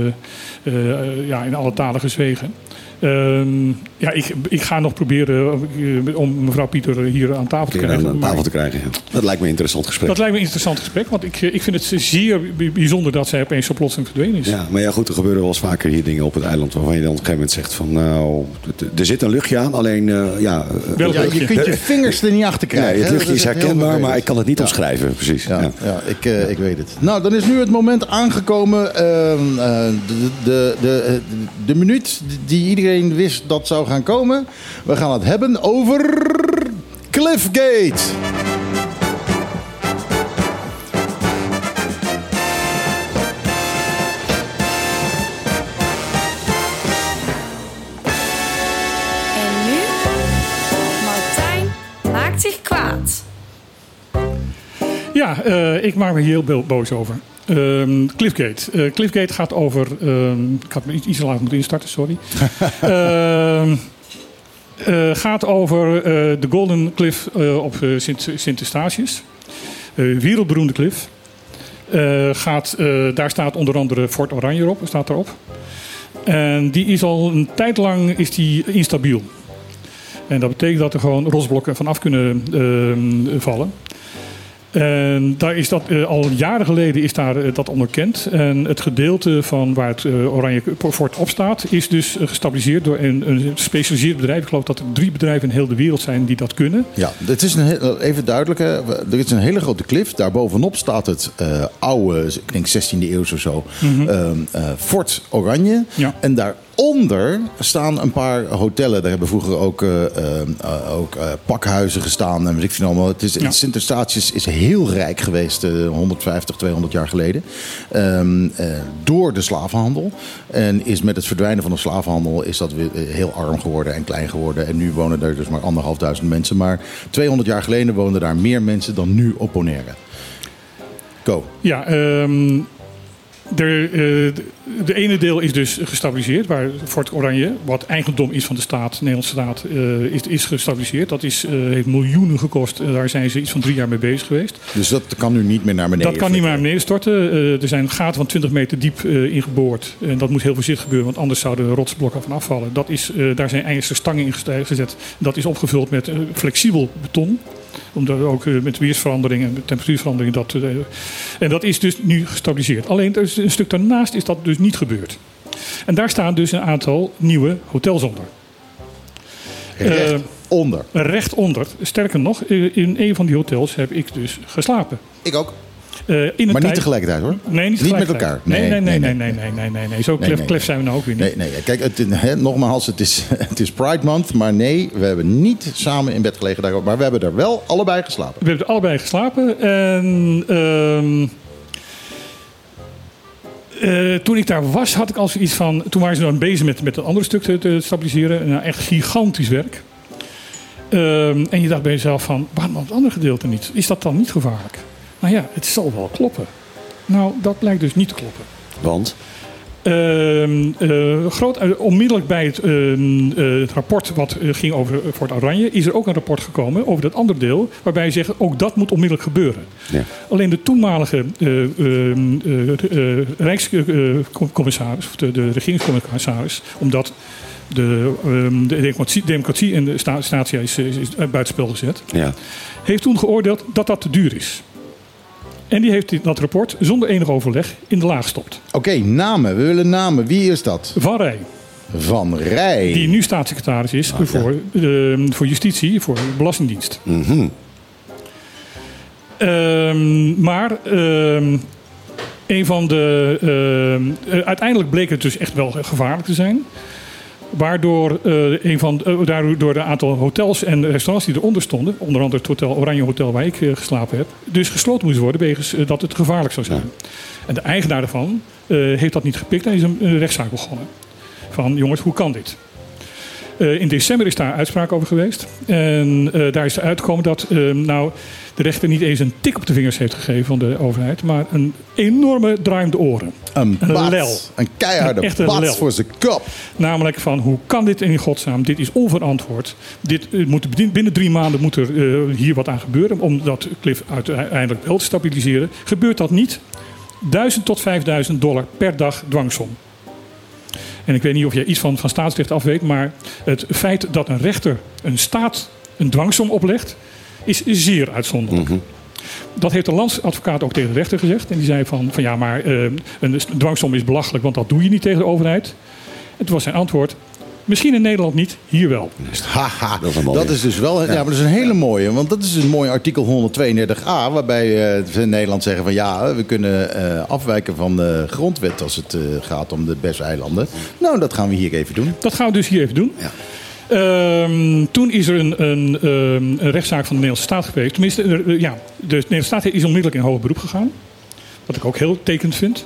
in alle talen gezwegen. Ik ga nog proberen om mevrouw Pieter hier aan tafel te krijgen. Ja. Dat lijkt me een interessant gesprek. Dat lijkt me een interessant gesprek, want ik vind het zeer bijzonder dat zij opeens zo plotseling verdwenen is. Ja, maar ja goed, er gebeuren wel eens vaker hier dingen op het eiland waarvan je dan op een gegeven moment zegt van nou, er zit een luchtje aan, alleen je kunt je vingers er niet achter krijgen. Nee, het luchtje is herkenbaar, maar ik kan het niet omschrijven, precies. Ja, ik weet het. Nou, dan is nu het moment aangekomen, de minuut die iedereen wist dat zou gaan komen. We gaan het hebben over Cliffgate. En nu? Martijn maakt zich kwaad. Ja, ik maak me hier heel boos over. Cliffgate. Cliffgate gaat over... ik had me iets te laat moeten instarten, sorry. Gaat over de Golden Cliff op Sint-Eustatius. wereldberoemde klif. Daar staat onder andere Fort Oranje op. Staat daarop. En die is al een tijd lang instabiel. En dat betekent dat er gewoon rotsblokken vanaf kunnen vallen. En daar is dat, al jaren geleden is daar dat onderkend. En het gedeelte van waar het Oranje Fort op staat is dus gestabiliseerd door een gespecialiseerd bedrijf. Ik geloof dat er 3 bedrijven in heel de wereld zijn die dat kunnen. Ja, het is even duidelijk. Hè. Er is een hele grote klif. Daarbovenop staat het oude, ik denk 16e eeuw of zo, Fort Oranje. Ja. En daaronder staan een paar hotellen. Daar hebben vroeger ook pakhuizen gestaan. En weet ik veel allemaal. Sint Eustatius is heel rijk geweest 150, 200 jaar geleden. Door de slavenhandel. En is met het verdwijnen van de slavenhandel is dat weer heel arm geworden en klein geworden. En nu wonen er dus maar 1.500 mensen. Maar 200 jaar geleden woonden daar meer mensen dan nu op Bonaire. Go. Ja, de ene deel is dus gestabiliseerd, waar Fort Oranje, wat eigendom is van de staat, de Nederlandse staat, is gestabiliseerd. Dat heeft miljoenen gekost. Daar zijn ze iets van 3 jaar mee bezig geweest. Dus dat kan nu niet meer naar beneden? Dat kan niet meer naar beneden storten. Er zijn gaten van 20 meter diep ingeboord. En dat moet heel voorzichtig gebeuren, want anders zouden rotsblokken van afvallen. Daar zijn ijzeren stangen in gezet. Dat is opgevuld met flexibel beton. Omdat ook met weersverandering en temperatuurverandering en dat is dus nu gestabiliseerd. Alleen een stuk daarnaast is dat dus niet gebeurd. En daar staan dus een aantal nieuwe hotels onder. Recht onder. Sterker nog, in een van die hotels heb ik dus geslapen. Ik ook. Maar niet tegelijkertijd hoor. Nee, niet met elkaar. Nee. Zo klef zijn we nou ook weer niet. Nee. Kijk, nogmaals, het is Pride Month. Maar nee, we hebben niet samen in bed gelegen daarop. Maar we hebben er wel allebei geslapen. We hebben er allebei geslapen. En toen ik daar was, had ik al zoiets van. Toen waren ze dan bezig met een ander stuk te stabiliseren. Nou, echt gigantisch werk. En je dacht bij jezelf van, waarom het andere gedeelte niet? Is dat dan niet gevaarlijk? Nou ja, het zal wel kloppen. Nou, dat blijkt dus niet te kloppen. Want? Onmiddellijk bij het rapport wat ging over Fort Oranje, is er ook een rapport gekomen over dat andere deel, waarbij ze zeggen, ook dat moet onmiddellijk gebeuren. Ja. Alleen de toenmalige rijkscommissaris, of de regeringscommissaris, omdat de democratie en de statia is buitenspel gezet, heeft toen geoordeeld dat dat te duur is. En die heeft dat rapport zonder enig overleg in de laag gestopt. Oké, namen. We willen namen. Wie is dat? Van Rij. Van Rij. Die nu staatssecretaris is voor justitie, voor de Belastingdienst. Mm-hmm. Maar een van de... uiteindelijk bleek het dus echt wel gevaarlijk te zijn. Waardoor door een aantal hotels en restaurants die eronder stonden, onder andere het Hotel Oranje Hotel waar ik geslapen heb, dus gesloten moest worden wegens dat het gevaarlijk zou zijn. Ja. En de eigenaar daarvan heeft dat niet gepikt en is een rechtszaak begonnen. Van jongens, hoe kan dit? In december is daar uitspraak over geweest. En daar is uitgekomen dat de rechter niet eens een tik op de vingers heeft gegeven van de overheid, maar een enorme draai om de oren. Een lel. Een keiharde bats voor zijn kop. Namelijk van, hoe kan dit in godsnaam? Dit is onverantwoord. Binnen 3 maanden moet er hier wat aan gebeuren om dat klif uiteindelijk wel te stabiliseren. Gebeurt dat niet? $1.000 tot $5.000 per dag dwangsom. En ik weet niet of jij iets van staatsrecht af weet, maar het feit dat een rechter een staat een dwangsom oplegt, is zeer uitzonderlijk. Mm-hmm. Dat heeft de landsadvocaat ook tegen de rechter gezegd. En die zei van ja, maar een dwangsom is belachelijk, want dat doe je niet tegen de overheid. En toen was zijn antwoord, misschien in Nederland niet, hier wel. Haha, dat is dus wel maar dat is een hele mooie. Want dat is een mooi artikel 132a, waarbij ze in Nederland zeggen van ja, we kunnen afwijken van de grondwet als het gaat om de BES-eilanden. Nou, dat gaan we hier even doen. Dat gaan we dus hier even doen. Ja. Toen is er een rechtszaak van de Nederlandse staat geweest. Tenminste, de Nederlandse staat is onmiddellijk in hoger beroep gegaan. Wat ik ook heel tekend vind.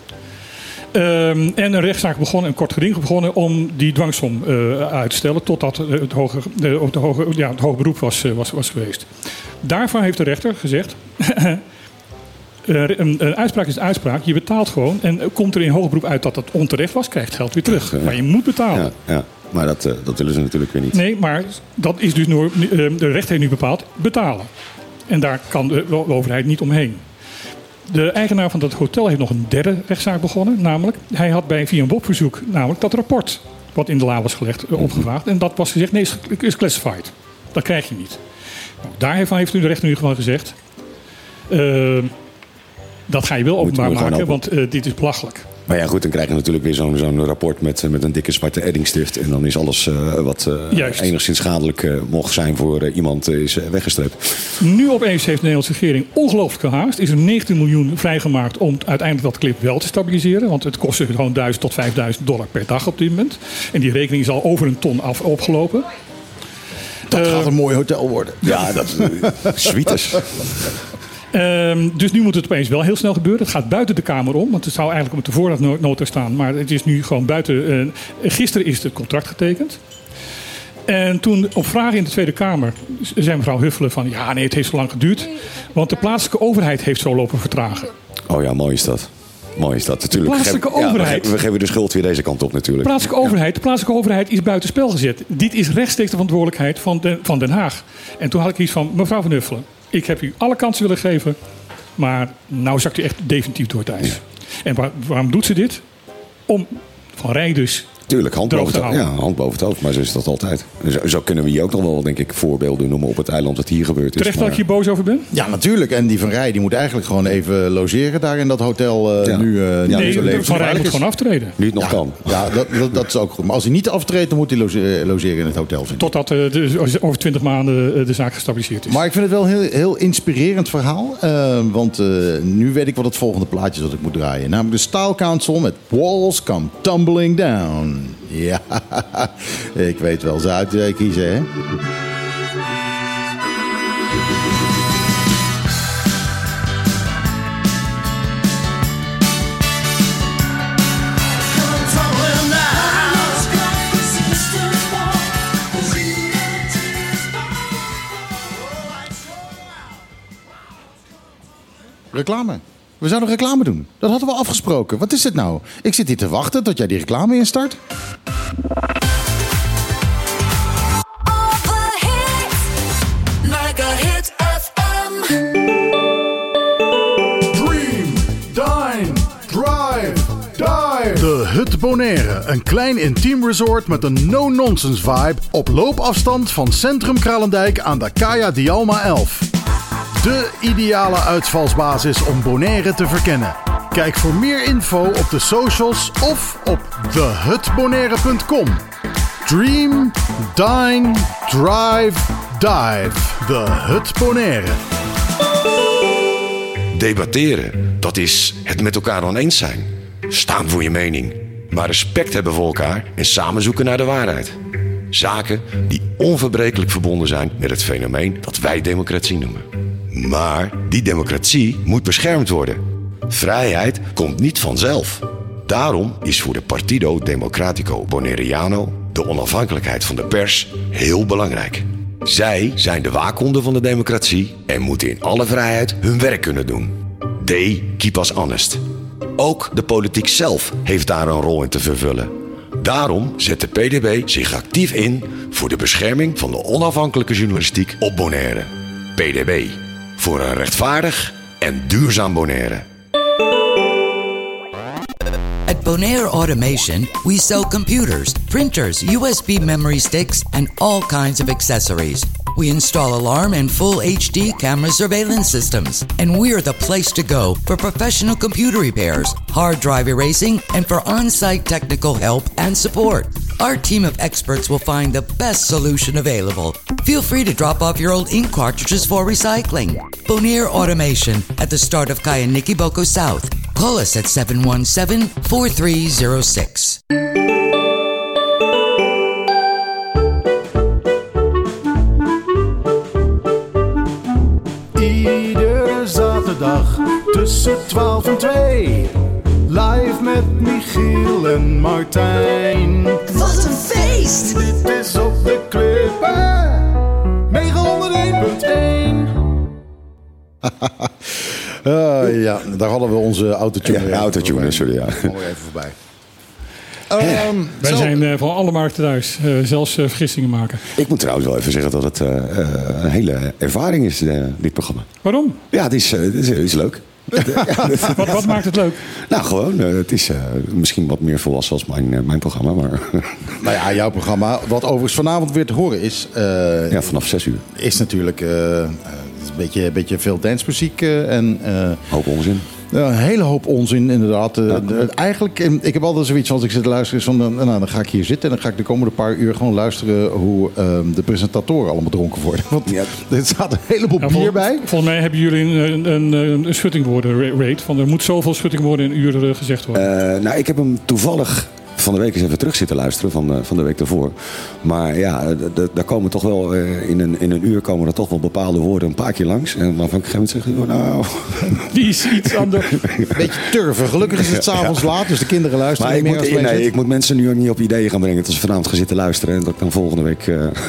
En een rechtszaak begonnen, een kort geding begonnen om die dwangsom uit te stellen totdat het hoger beroep was geweest. Daarvan heeft de rechter gezegd, een uitspraak is een uitspraak, je betaalt gewoon en komt er in hoger beroep uit dat dat onterecht was, krijgt geld weer terug. Maar je moet betalen. Ja. Maar dat willen ze natuurlijk weer niet. Nee, maar dat is dus de rechter heeft nu bepaald betalen. En daar kan de overheid niet omheen. De eigenaar van dat hotel heeft nog een derde rechtszaak begonnen. Namelijk, hij had via een WOP-verzoek namelijk dat rapport wat in de la was gelegd opgevraagd. En dat was gezegd, nee, is classified. Dat krijg je niet. Nou, daarvan heeft nu de rechter in ieder geval gezegd... dat ga je wel openbaar maken, want dit is belachelijk. Maar ja, goed, dan krijg je natuurlijk weer zo'n rapport met een dikke zwarte eddingstift. En dan is alles wat enigszins schadelijk mocht zijn voor iemand is weggestreept. Nu opeens heeft de Nederlandse regering ongelooflijk gehaast. Is er 19 miljoen vrijgemaakt om uiteindelijk dat klip wel te stabiliseren. Want het kost gewoon $1.000 tot $5.000 per dag op dit moment. En die rekening is al over een ton opgelopen. Dat gaat een mooi hotel worden. Ja, dat suites. Dus nu moet het opeens wel heel snel gebeuren. Het gaat buiten de Kamer om. Want het zou eigenlijk op de voorraadnota staan. Maar het is nu gewoon buiten. Gisteren is het contract getekend. En toen op vragen in de Tweede Kamer zei mevrouw Huffelen van... ja, nee, het heeft zo lang geduurd. Want de plaatselijke overheid heeft zo lopen vertragen. Oh ja, mooi is dat. Mooi is dat. Natuurlijk. De plaatselijke overheid. We geven de schuld weer deze kant op natuurlijk. De plaatselijke overheid is buitenspel gezet. Dit is rechtstreeks de verantwoordelijkheid van Den Haag. En toen had ik iets van, mevrouw Van Huffelen... ik heb u alle kansen willen geven, maar nou zakt u echt definitief door het ijs. Ja. En waarom doet ze dit? Om van rijders Tuurlijk, hand boven het hoofd. Maar zo is dat altijd. Zo kunnen we hier ook nog wel, denk ik, voorbeelden noemen op het eiland wat hier gebeurd is. Terecht dat ik hier boos over ben? Ja, natuurlijk. En die Van Rij die moet eigenlijk gewoon even logeren daar in dat hotel. Van Rij moet gewoon aftreden. Nu het nog kan. Ja, dat is ook goed. Maar als hij niet aftreedt, dan moet hij logeren in het hotel. Totdat over 20 maanden de zaak gestabiliseerd is. Maar ik vind het wel een heel inspirerend verhaal. Want nu weet ik wat het volgende plaatje is dat ik moet draaien. Namelijk de Style Council met Walls Come Tumbling Down. Ja, ik weet wel, ze uit kiezen, hè? Reclame. We zouden reclame doen. Dat hadden we afgesproken. Wat is het nou? Ik zit hier te wachten tot jij die reclame instart. Dream, dine, drive, dive. De Hut Bonaire. Een klein intiem resort met een no-nonsense vibe. Op loopafstand van Centrum Kralendijk aan de Kaya Dialma 11. De ideale uitvalsbasis om Bonaire te verkennen. Kijk voor meer info op de socials of op thehutbonaire.com. Dream, dine, drive, dive. The Hut Bonaire. Debatteren, dat is het met elkaar oneens zijn. Staan voor je mening. Maar respect hebben voor elkaar en samen zoeken naar de waarheid. Zaken die onverbrekelijk verbonden zijn met het fenomeen dat wij democratie noemen. Maar die democratie moet beschermd worden. Vrijheid komt niet vanzelf. Daarom is voor de Partido Democratico Bonaireano de onafhankelijkheid van de pers heel belangrijk. Zij zijn de waakhonden van de democratie en moeten in alle vrijheid hun werk kunnen doen. They keep us honest. Ook de politiek zelf heeft daar een rol in te vervullen. Daarom zet de PDB zich actief in voor de bescherming van de onafhankelijke journalistiek op Bonaire. PDB. Voor een rechtvaardig en duurzaam Bonaire. At Bonaire Automation, we sell computers, printers, USB memory sticks, and all kinds of accessories. We install alarm and full HD camera surveillance systems. And we're the place to go for professional computer repairs, hard drive erasing, and for on-site technical help and support. Our team of experts will find the best solution available. Feel free to drop off your old ink cartridges for recycling. Bonaire Automation at the start of Kayaniki Boko South. Call us at 717-4306. Iedere zaterdag tussen 12 en 2. Live met Michiel en Martijn. Wat een feest! Dit is op de Klippen 901.1. Ja, daar hadden we onze autotune. Ja, autotune, sorry. Ja. Mooi even voorbij. Wij zijn van alle markten thuis. Zelfs vergissingen maken. Ik moet trouwens wel even zeggen dat het een hele ervaring is, dit programma. Waarom? Ja, het is leuk. Wat maakt het leuk? Nou, gewoon. Het is misschien wat meer volwassen als mijn programma. Maar Nou ja, jouw programma, wat overigens vanavond weer te horen is... ja, vanaf 6 uur. Is natuurlijk een beetje veel dancemuziek en... Hoop onzin. Een hele hoop onzin, inderdaad. Eigenlijk, ik heb altijd zoiets als ik zit te luisteren... is van, dan ga ik hier zitten en dan ga ik de komende paar uur gewoon luisteren... hoe de presentatoren allemaal dronken worden. Want er staat een heleboel bier bij. Volgens mij hebben jullie een schuttingwoorden rate. Van er moet zoveel schuttingwoorden in een uur gezegd worden. Nou, ik heb hem toevallig van de week eens even terug zitten luisteren van de week daarvoor. Maar ja, daar komen toch wel in een uur komen er toch wel bepaalde woorden een paar keer langs. En dan van een gegeven moment zeg je, nou... Die is iets anders. Beetje turven. Gelukkig is het 's avonds laat, dus de kinderen luisteren Maar niet meer. ik moet mensen nu ook niet op ideeën gaan brengen dat ze vanavond gaan zitten luisteren. En dat ik dan volgende week...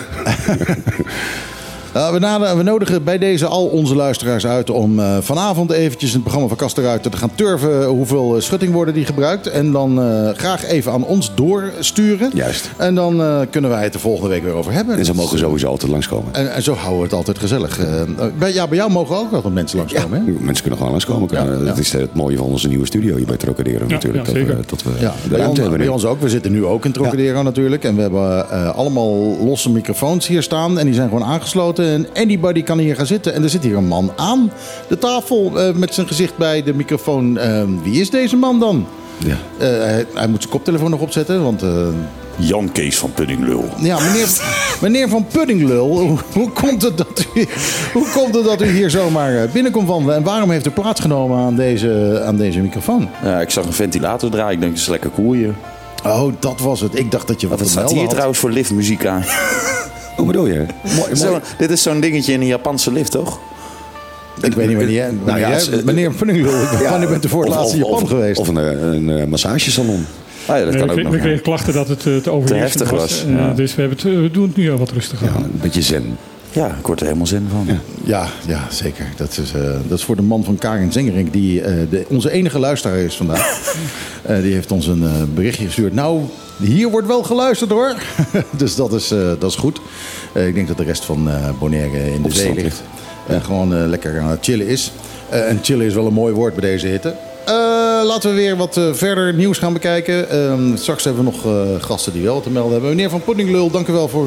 We nodigen bij deze al onze luisteraars uit om vanavond eventjes in het programma van Kasteruiten te gaan turven hoeveel schuttingwoorden die gebruikt. En dan graag even aan ons doorsturen. Juist. En dan kunnen wij het de volgende week weer over hebben. En ze mogen sowieso altijd langskomen. En zo houden we het altijd gezellig. Bij jou mogen ook wel mensen langskomen, hè? Mensen kunnen gewoon langskomen. Dat is het mooie van onze nieuwe studio hier bij Trocadero natuurlijk. Zeker. Dat we de ruimte hebben. Bij ons ook. We zitten nu ook in Trocadero natuurlijk. En we hebben allemaal losse microfoons hier staan. En die zijn gewoon aangesloten. En anybody kan hier gaan zitten. En er zit hier een man aan de tafel met zijn gezicht bij de microfoon. Wie is deze man dan? Ja. Hij moet zijn koptelefoon nog opzetten, want... Jan Kees van Puddinglul. Ja, meneer van Puddinglul, hoe komt het dat u hier zomaar binnenkomt wandelen? En waarom heeft u plaatsgenomen aan deze microfoon? Ja, ik zag een ventilator draaien. Ik denk, het is lekker cool hier. Oh, dat was het. Ik dacht dat je wat Wat te staat melden hier had. trouwens voor liftmuziek aan? Hoe bedoel je? Mooi. Dit is zo'n dingetje in een Japanse lift, toch? Ik weet niet wanneer. Meneer Puddinglul, wanneer bent u voor het laatst in Japan geweest? Of een massagesalon. Ah, ja, dat kan ook nog. We kregen klachten dat het te overheersend heftig was. Dus we doen het nu al wat rustiger. Ja, een beetje zen. Ja, ik word er helemaal zin van. Ja, zeker. Dat is voor de man van Karin Zengerink, die onze enige luisteraar is vandaag. Die heeft ons een berichtje gestuurd. Nou, hier wordt wel geluisterd hoor. Dus dat is goed. Ik denk dat de rest van Bonaire in de zee ligt. Gewoon lekker aan het chillen is. En chillen is wel een mooi woord bij deze hitte. Laten we weer wat verder nieuws gaan bekijken. Straks hebben we nog gasten die wel wat te melden hebben. Meneer Van Puddinglul, dank u wel voor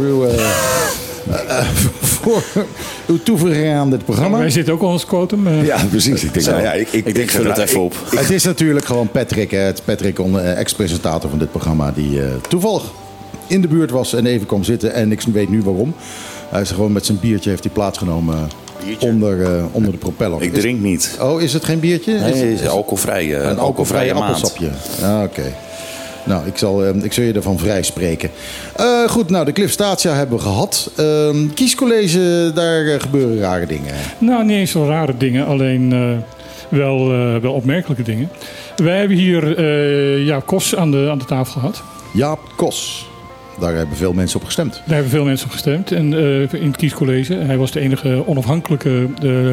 uw toevoeging aan dit programma. Wij zitten ook al ons quotum. Ja, precies. Ik denk, ik denk, vul het even op. Het is natuurlijk gewoon Patrick. Het is Patrick, ex-presentator van dit programma, die toevallig in de buurt was en even kwam zitten. En ik weet nu waarom. Hij is gewoon met zijn biertje heeft hij plaatsgenomen onder de propeller. Ik drink niet. Oh, is het geen biertje? Nee, het is alcoholvrij. Een alcoholvrij maand. appelsapje. Ah, oké. Nou, ik zal je ervan vrij spreken. Goed, nou, de Cliff Statia hebben we gehad. Kiescollege, daar gebeuren rare dingen. Nou, niet eens zo rare dingen, alleen wel opmerkelijke dingen. Wij hebben hier Jaap Kos aan de tafel gehad. Jaap Kos. Daar hebben veel mensen op gestemd. Daar hebben veel mensen op gestemd en, in het kiescollege. Hij was de enige onafhankelijke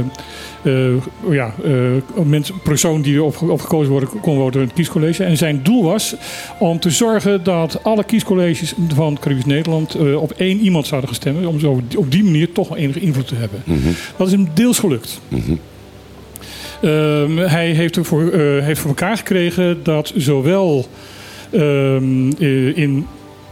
persoon die op gekozen kon worden in het kiescollege. En zijn doel was om te zorgen dat alle kiescolleges van Caribisch Nederland op één iemand zouden gaan stemmen. Om zo op die manier toch enige invloed te hebben. Mm-hmm. Dat is hem deels gelukt. Mm-hmm. Hij heeft voor elkaar gekregen dat zowel in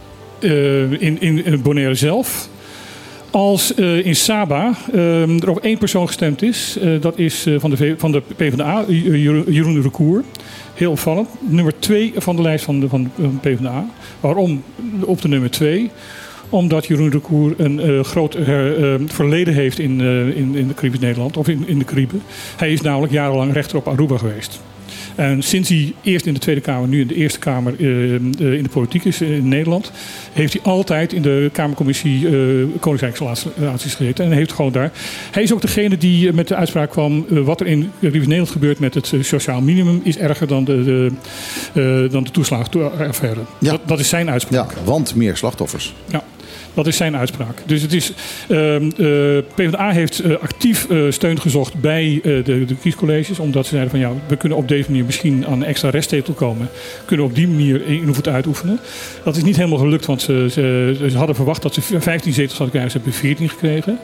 Bonaire zelf als in Saba er op één persoon gestemd is. Dat is van de PvdA, Jeroen Recour. Heel opvallend. Nummer 2 van de lijst van de PvdA. Waarom op de nummer 2? Omdat Jeroen Recour een groot verleden heeft in de Caribisch Nederland. Of in de Cariben. Hij is namelijk jarenlang rechter op Aruba geweest. En sinds hij eerst in de Tweede Kamer, nu in de Eerste Kamer in de politiek is in Nederland, heeft hij altijd in de Kamercommissie Koninkrijksrelaties gezeten. En heeft gewoon daar. Hij is ook degene die met de uitspraak kwam: wat er in Caribisch Nederland gebeurt met het sociaal minimum is erger dan de toeslagenaffaire. Ja. Dat is zijn uitspraak. Ja, want meer slachtoffers. Ja. Dat is zijn uitspraak. Dus het is, PvdA heeft actief steun gezocht bij de kiescolleges. Omdat ze zeiden van ja, we kunnen op deze manier misschien aan een extra restzetel komen. Kunnen we op die manier invloed uitoefenen. Dat is niet helemaal gelukt, want ze hadden verwacht dat ze 15 zetels hadden krijgen. Ze hebben 14 gekregen.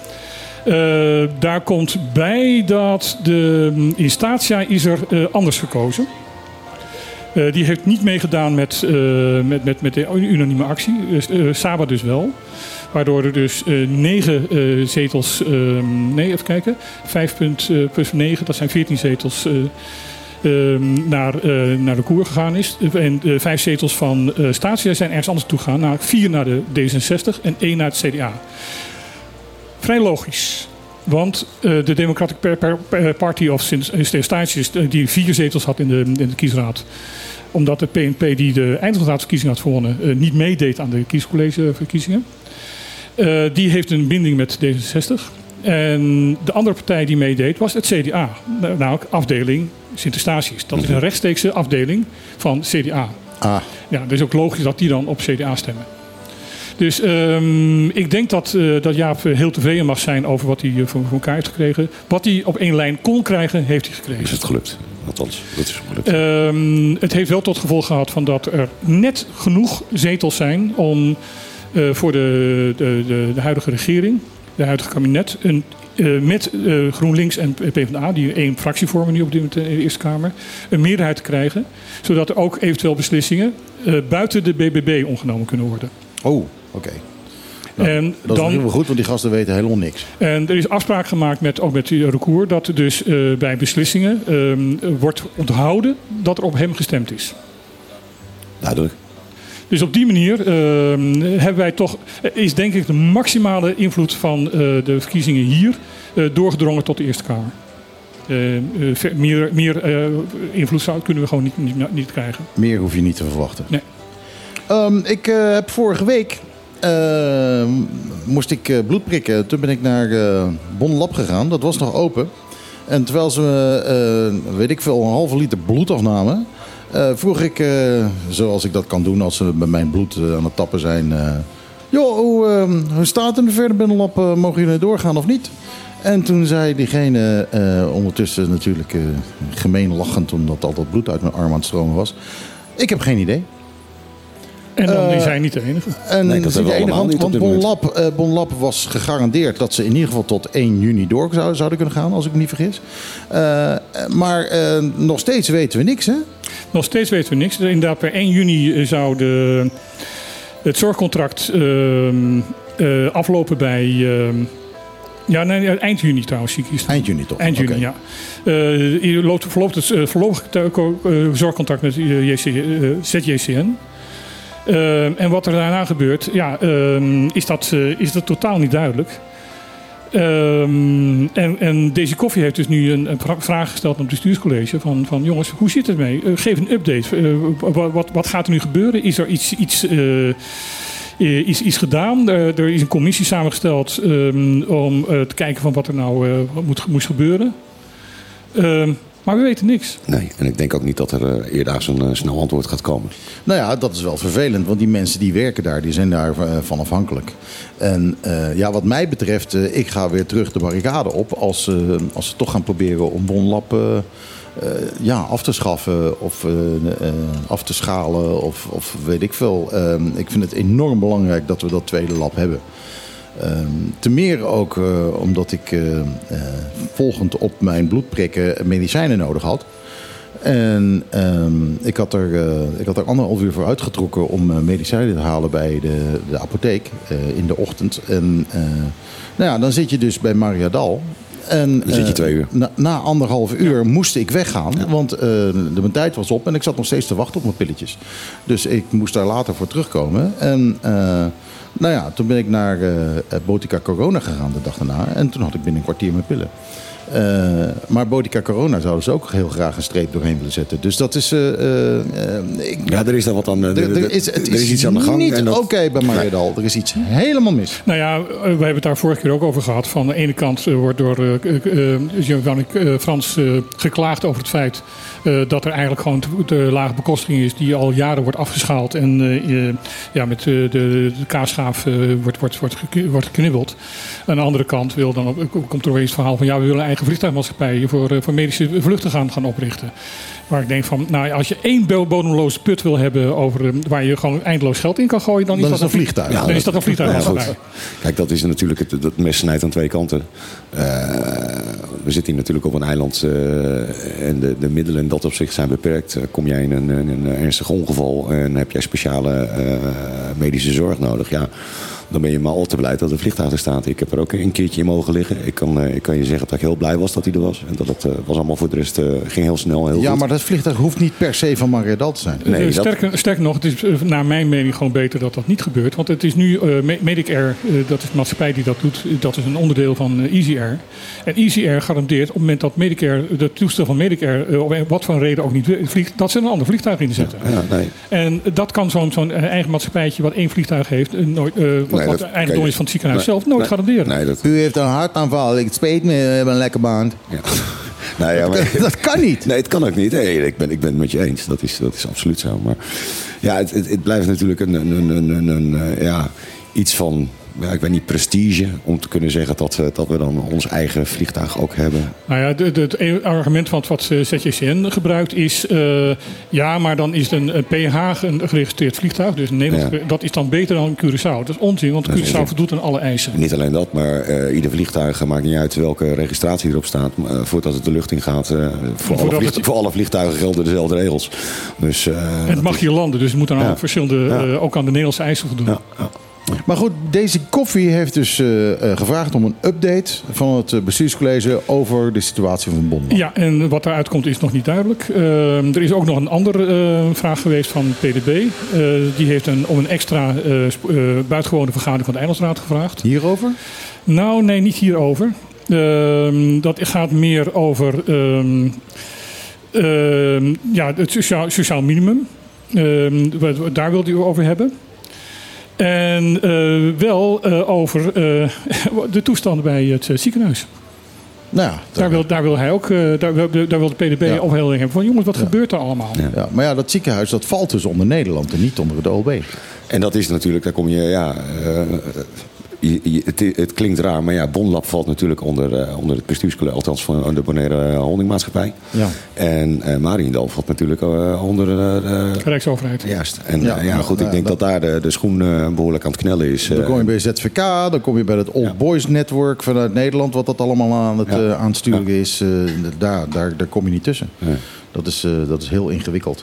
Daar komt bij dat in Statia is er anders gekozen. Die heeft niet meegedaan met de unanieme actie. Saba dus wel. Waardoor er dus 9 zetels... nee, even kijken. 5 plus 9, dat zijn 14 zetels... naar de Koer gegaan is. En 5 zetels van Statia zijn ergens anders toegegaan. Namelijk 4 naar de D66 en 1 naar het CDA. Vrij logisch. Want de Democratic Party of Statius, die 4 zetels had in de kiesraad. Omdat de PNP die de eindredactieverkiezing had gewonnen, niet meedeed aan de kiescollegeverkiezingen. Die heeft een binding met D66. En de andere partij die meedeed was het CDA. Namelijk afdeling Sint-Eustatius. Dat is een rechtstreekse afdeling van CDA. Ja, dus ook logisch dat die dan op CDA stemmen. Dus ik denk dat Jaap heel tevreden mag zijn over wat hij voor elkaar heeft gekregen. Wat hij op 1 lijn kon krijgen, heeft hij gekregen. Is het gelukt? Althans, dat is gelukt. Het heeft wel tot gevolg gehad van dat er net genoeg zetels zijn om voor de huidige regering, de huidige kabinet, met GroenLinks en PvdA, die 1 fractie vormen nu op dit moment in de Eerste Kamer, een meerderheid te krijgen. Zodat er ook eventueel beslissingen buiten de BBB ongenomen kunnen worden. Oh, oké. Nou, dat is heel goed, want die gasten weten helemaal niks. En er is afspraak gemaakt ook met de recours dat er dus bij beslissingen wordt onthouden dat er op hem gestemd is. Duidelijk. Dus op die manier hebben wij toch, is denk ik de maximale invloed van de verkiezingen hier doorgedrongen tot de Eerste Kamer. Meer invloed kunnen we gewoon niet krijgen. Meer hoef je niet te verwachten. Nee. Ik heb vorige week moest ik bloed prikken. Toen ben ik naar Bonlab gegaan. Dat was nog open. En terwijl ze, weet ik veel, een halve liter bloed afnamen, vroeg ik, zoals ik dat kan doen als ze bij mijn bloed aan het tappen zijn. Joh, hoe staat het verder Bonlab? Mogen jullie doorgaan of niet? En toen zei diegene, ondertussen natuurlijk gemeen lachend, omdat al dat bloed uit mijn arm aan het stromen was. Ik heb geen idee. En dan is hij niet de enige. En nee, dat hebben we allemaal niet op dit moment. Bonlab was gegarandeerd dat ze in ieder geval tot 1 juni door zouden kunnen gaan, als ik me niet vergis. Maar nog steeds weten we niks, hè? Nog steeds weten we niks. Inderdaad, per 1 juni zou het zorgcontract aflopen bij... eind juni trouwens. Eind juni toch? Eind juni, ja. Verloopt het voorlopig zorgcontract met ZJCN. En wat er daarna gebeurt, is dat totaal niet duidelijk. En Daisy Koffie heeft dus nu een vraag gesteld aan het bestuurscollege van jongens, hoe zit het mee? Geef een update. Wat gaat er nu gebeuren? Is er iets gedaan? Er is een commissie samengesteld om te kijken van wat er nou moest gebeuren. Maar we weten niks. Nee, en ik denk ook niet dat er eerdaags een snel antwoord gaat komen. Nou ja, dat is wel vervelend, want die mensen die werken daar, die zijn daar van afhankelijk. En wat mij betreft, ik ga weer terug de barricade op als ze toch gaan proberen om Bonlab af te schaffen of af te schalen of weet ik veel. Ik vind het enorm belangrijk dat we dat tweede lab hebben. Te meer ook omdat ik volgend op mijn bloedprikken medicijnen nodig had. En ik had er 1,5 uur voor uitgetrokken om medicijnen te halen bij de apotheek in de ochtend. En dan zit je dus bij Mariadal. En dan zit je 2 uur. Na 1,5 uur moest ik weggaan, want mijn tijd was op en ik zat nog steeds te wachten op mijn pilletjes. Dus ik moest daar later voor terugkomen. En toen ben ik naar Botica Corona gegaan de dag daarna. En toen had ik binnen een kwartier mijn pillen. Maar Bodica Corona zouden ze ook heel graag een streep doorheen willen zetten. Dus dat is... er is daar wat aan. Er is iets aan de gang. Niet en dat- oké bij Mariedal. Er is iets helemaal mis. Nou ja, we hebben het daar vorige keer ook over gehad. Van de ene kant wordt door Giovanni Frans geklaagd over het feit dat er eigenlijk gewoon de lage bekostiging is die al jaren wordt afgeschaald. En met de kaasschaaf wordt geknibbeld. Aan de andere kant komt er weer eens het verhaal van we willen eigen vliegtuigmaatschappijen voor medische vluchten gaan oprichten. Waar ik denk van, als je één bodemloze put wil hebben waar je gewoon eindeloos geld in kan gooien, dan is dat een vliegtuig. Dan is dat een vliegtuigmaatschappij. Kijk, dat is natuurlijk dat mes snijdt aan twee kanten. We zitten hier natuurlijk op een eiland en de middelen in dat opzicht zijn beperkt. Kom jij in een ernstig ongeval en heb jij speciale medische zorg nodig, dan ben je maar al te blij dat het vliegtuig er staat. Ik heb er ook een keertje in mogen liggen. Ik kan je zeggen dat ik heel blij was dat hij er was. En dat het was allemaal voor de rest ging heel snel, heel goed. Maar dat vliegtuig hoeft niet per se van Mariedal te zijn. Nee, sterker nog, het is naar mijn mening gewoon beter dat dat niet gebeurt. Want het is nu Medic Air, dat is de maatschappij die dat doet. Dat is een onderdeel van Easy Air. En Easy Air garandeert op het moment dat Medic Air, de toestel van Medic Air, wat voor reden ook niet vliegt, dat ze een ander vliegtuig inzetten. En dat kan zo'n eigen maatschappijtje wat één vliegtuig heeft, nooit... wat eigendom is van het ziekenhuis zelf, nooit garanderen. U heeft een hartaanval, het spijt me, we hebben een lekker band. Ja. Dat kan niet. Nee, het kan ook niet. Nee, ik ben het met je eens. Dat is absoluut zo. Maar het blijft natuurlijk iets van... ik weet niet, prestige om te kunnen zeggen dat we dan ons eigen vliegtuig ook hebben. Nou ja, het argument wat ZJCN gebruikt is... maar dan is een PH een geregistreerd vliegtuig. Dus dat is dan beter dan Curaçao. Dat is onzin, want Curaçao voldoet aan alle eisen. Niet alleen dat, maar ieder vliegtuig maakt niet uit welke registratie erop staat. Voordat het de lucht in gaat. Voor alle vliegtuigen gelden dezelfde regels. Dus, het mag hier landen, dus het moet dan ook verschillende... ook aan de Nederlandse eisen voldoen. Ja. Maar goed, deze koffie heeft dus gevraagd om een update van het bestuurscollege over de situatie van Bonn. Ja, en wat daaruit komt is nog niet duidelijk. Er is ook nog een andere vraag geweest van PDB. Die heeft om een extra buitengewone vergadering van de Eilandsraad gevraagd. Hierover? Nou, nee, niet hierover. Dat gaat meer over het sociaal minimum. Daar wil hij over hebben. En wel over de toestanden bij het ziekenhuis. Nou ja, daar wil hij ook, daar wil de PDB ook heel erg hebben van jongens, wat gebeurt er allemaal? Ja, maar dat ziekenhuis dat valt dus onder Nederland en niet onder de OLB. En dat is natuurlijk, daar kom je, het klinkt raar, maar Bonlab valt natuurlijk onder het bestuurscollege, althans van de Bonaire Holdingmaatschappij. Ja. En Mariendal valt natuurlijk onder de Rijksoverheid. Juist. En ik denk dat daar de schoen behoorlijk aan het knellen is. Dan kom je bij ZVK, dan kom je bij het Old Boys Network vanuit Nederland, wat dat allemaal aan het aansturen is. Daar kom je niet tussen. Ja. Dat is heel ingewikkeld.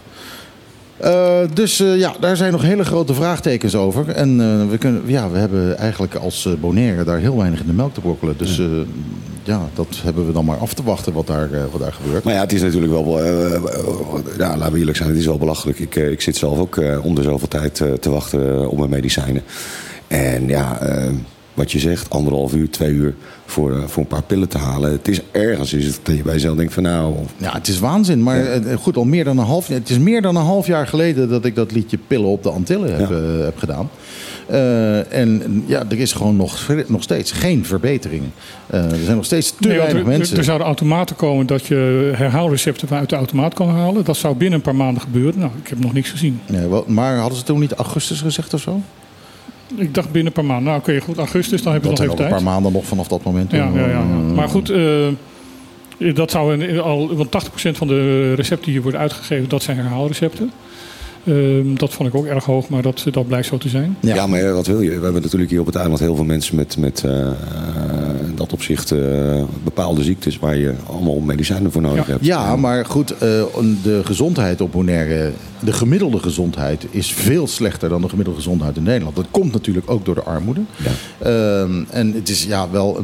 Daar zijn nog hele grote vraagtekens over. En we hebben eigenlijk als Bonaire daar heel weinig in de melk te brokkelen. Dus dat hebben we dan maar af te wachten wat daar gebeurt. Maar het is natuurlijk wel... laten we eerlijk zijn, het is wel belachelijk. Ik zit zelf ook om de zoveel tijd te wachten op mijn medicijnen. En wat je zegt, 1,5 uur, 2 uur voor een paar pillen te halen. Het is ergens dat je bij jezelf denkt van Ja, het is waanzin. Maar goed, het is meer dan een half jaar geleden dat ik dat liedje Pillen op de Antillen heb gedaan. Er is gewoon nog steeds geen verbetering. Er zijn nog steeds te weinig mensen. Er zouden automaten komen dat je herhaalrecepten uit de automaat kan halen. Dat zou binnen een paar maanden gebeuren. Nou, ik heb nog niks gezien. Nee, maar hadden ze toen niet augustus gezegd of zo? Ik dacht binnen een paar maanden. Nou, oké, goed, augustus, dan heb je nog even tijd. Een paar maanden nog vanaf dat moment. Ja. Maar goed, dat zou want 80% van de recepten die hier worden uitgegeven, dat zijn herhaalrecepten. Dat vond ik ook erg hoog, maar dat blijkt zo te zijn. Ja, maar wat wil je? We hebben natuurlijk hier op het eiland heel veel mensen met dat opzicht bepaalde ziektes waar je allemaal medicijnen voor nodig hebt. Ja, maar goed, de gezondheid op Bonaire, de gemiddelde gezondheid is veel slechter dan de gemiddelde gezondheid in Nederland. Dat komt natuurlijk ook door de armoede. Ja. En het is wel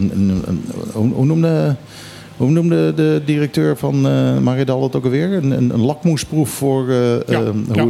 hoe noemde de directeur van Mariedal dat ook alweer? Een lakmoesproef voor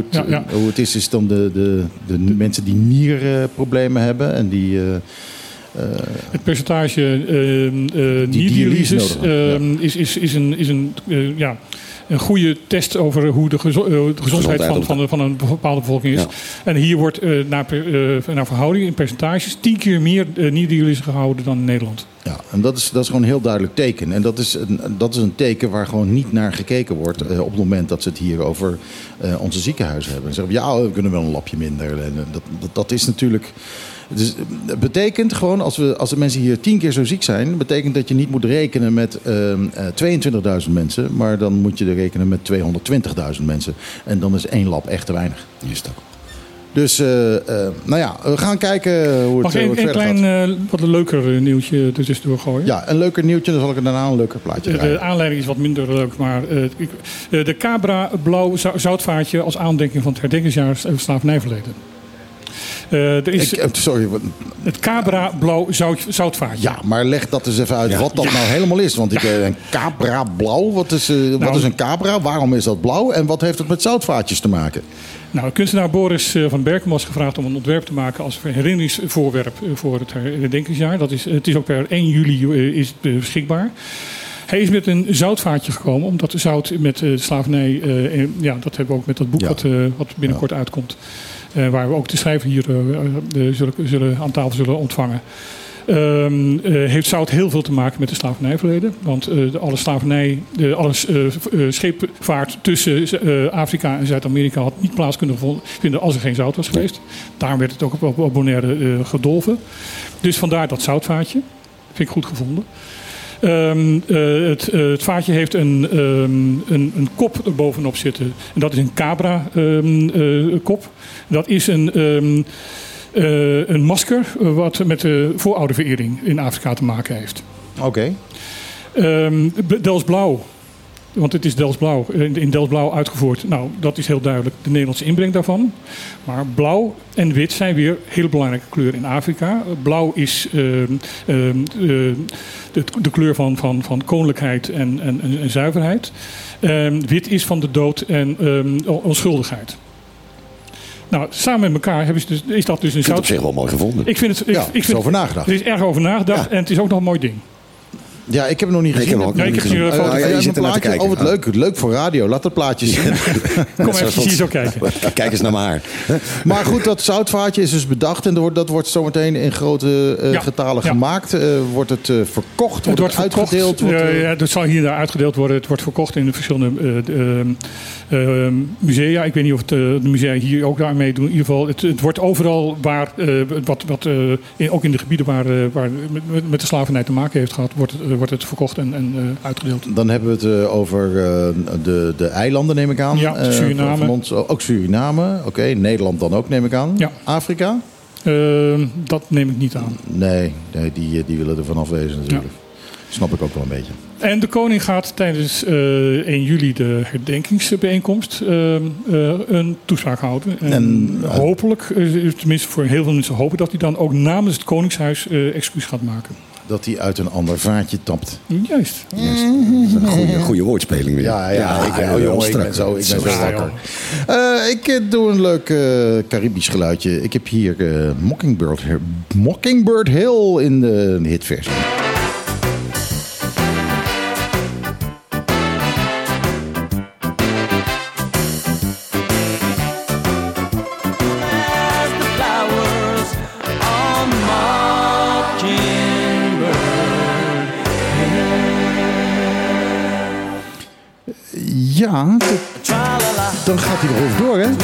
hoe het is dan de mensen die nierproblemen hebben en die Het percentage dialyse nierdialyses is een goede test over hoe de gezondheid van een bepaalde bevolking is. Ja. En hier wordt naar verhouding in percentages 10 keer meer nierdialyse gehouden dan in Nederland. Ja, en dat is gewoon een heel duidelijk teken. En dat is een teken waar gewoon niet naar gekeken wordt op het moment dat ze het hier over onze ziekenhuizen hebben. En zeggen ja, we kunnen wel een lapje minder. En dat is natuurlijk. Dus het betekent gewoon, als de mensen hier 10 keer zo ziek zijn, betekent dat je niet moet rekenen met 22.000 mensen, maar dan moet je er rekenen met 220.000 mensen. En dan is 1 lab echt te weinig. Hier staat. Dus, we gaan kijken hoe het verder gaat. Mag ik een klein, wat een leuker nieuwtje er tussendoor gooien? Ja, een leuker nieuwtje, dan zal ik er daarna een leuker plaatje draaien. De aanleiding is wat minder leuk, maar de Cabra blauw zoutvaartje als aandenking van het herdenkingsjaar slavernijverleden. Sorry. Het Cabra blauw zoutvaartje. Ja, maar leg dat eens even uit wat dat nou helemaal is. Want een Cabra blauw, wat is een Cabra? Waarom is dat blauw? En wat heeft het met zoutvaartjes te maken? Nou, kunstenaar Boris van Berken was gevraagd om een ontwerp te maken als herinneringsvoorwerp voor het herdenkingsjaar. Het is ook per 1 juli beschikbaar. Hij is met een zoutvaartje gekomen, omdat de zout met slavernij, dat hebben we ook met dat boek wat binnenkort uitkomt. Waar we ook de schrijver hier aan tafel zullen ontvangen. Heeft zout heel veel te maken met de slavernijverleden. Want alle scheepvaart tussen Afrika en Zuid-Amerika had niet plaats kunnen vinden als er geen zout was geweest. Daarom werd het ook op Bonaire gedolven. Dus vandaar dat zoutvaartje. Vind ik goed gevonden. Het vaartje heeft een kop er bovenop zitten. En dat is een Cabra kop. Dat is een masker wat met de voorouderverering in Afrika te maken heeft. Oké. Delfsblauw. Want het is Delfsblauw, in Delfsblauw uitgevoerd. Nou, dat is heel duidelijk de Nederlandse inbreng daarvan. Maar blauw en wit zijn weer heel belangrijke kleuren in Afrika. Blauw is de kleur van koninklijkheid en zuiverheid. Wit is van de dood en onschuldigheid. Nou, samen met elkaar is dat dus een zout. Ik vind het op zich wel mooi gevonden. Ik vind het over nagedacht. Er is erg over nagedacht en het is ook nog een mooi ding. Ja, ik heb het nog niet gezien. Ik heb hier een foto. Je zit er naar te kijken. Oh, wat leuk voor radio. Laat dat plaatje zien. Kom even hier zo kijken. Kijk eens naar mijn haar. Maar goed, dat zoutvaartje is dus bedacht. En dat wordt zometeen in grote getalen gemaakt. Wordt het verkocht? Wordt het uitgedeeld? Dat zal hier uitgedeeld worden. Het wordt verkocht in de verschillende musea. Ik weet niet of de musea hier ook daarmee doen. In ieder geval, het wordt overal waar, ook in de gebieden waar met de slavernij te maken heeft gehad, wordt het verkocht en uitgedeeld. Dan hebben we het over de eilanden, neem ik aan. Ja, Suriname. Ook Suriname. Oké, Nederland dan ook, neem ik aan. Ja. Afrika? Dat neem ik niet aan. Nee, die willen er vanaf wezen natuurlijk. Ja. Snap ik ook wel een beetje. En de koning gaat tijdens 1 juli de herdenkingsbijeenkomst een toespraak houden. En hopelijk, tenminste voor heel veel mensen hopen, dat hij dan ook namens het Koningshuis excuus gaat maken. Dat hij uit een ander vaatje tapt. Juist. Een goede woordspeling weer. Ik ben zo wakker. Ik doe een leuk Caribisch geluidje. Ik heb hier Mockingbird Hill in de hitversie. Ja, dan gaat hij erover door, hè?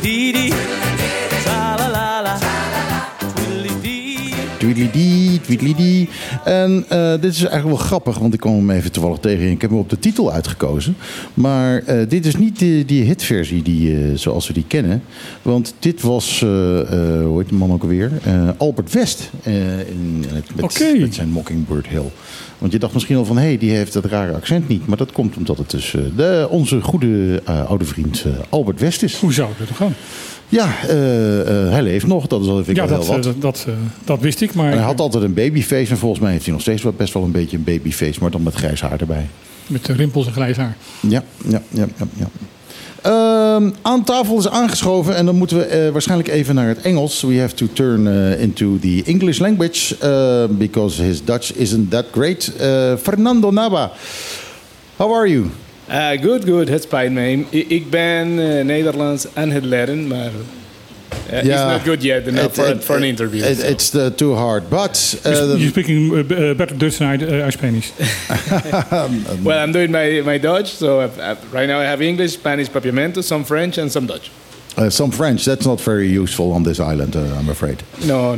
Tweedledee. En dit is eigenlijk wel grappig, want ik kwam hem even toevallig tegen. Ik heb hem op de titel uitgekozen. Maar dit is niet die hitversie zoals we die kennen. Want dit was, hoe heet de man ook alweer? Albert West met zijn Mockingbird Hill. Want je dacht misschien al van, die heeft dat rare accent niet. Maar dat komt omdat het dus onze goede oude vriend Albert West is. Hoe zou dat gaan? Ja, hij leeft nog. Dat is al even heel wat. Dat wist ik. Maar hij had altijd een babyface. En volgens mij heeft hij nog steeds best wel een beetje een babyface. Maar dan met grijs haar erbij. Met rimpels en grijs haar. Ja. Aan tafel is aangeschoven en dan moeten we waarschijnlijk even naar het Engels. We have to turn into the English language because his Dutch isn't that great. Fernando Nava, how are you? Good. Het spijt me. Ik ben Nederlands en het leren, maar it's not good yet enough for an interview. It's too hard, but... You're speaking better Dutch than I Spanish. Well, I'm doing my Dutch, so right now I have English, Spanish, papiamento, some French, and some Dutch. Some French, that's not very useful on this island, I'm afraid. No.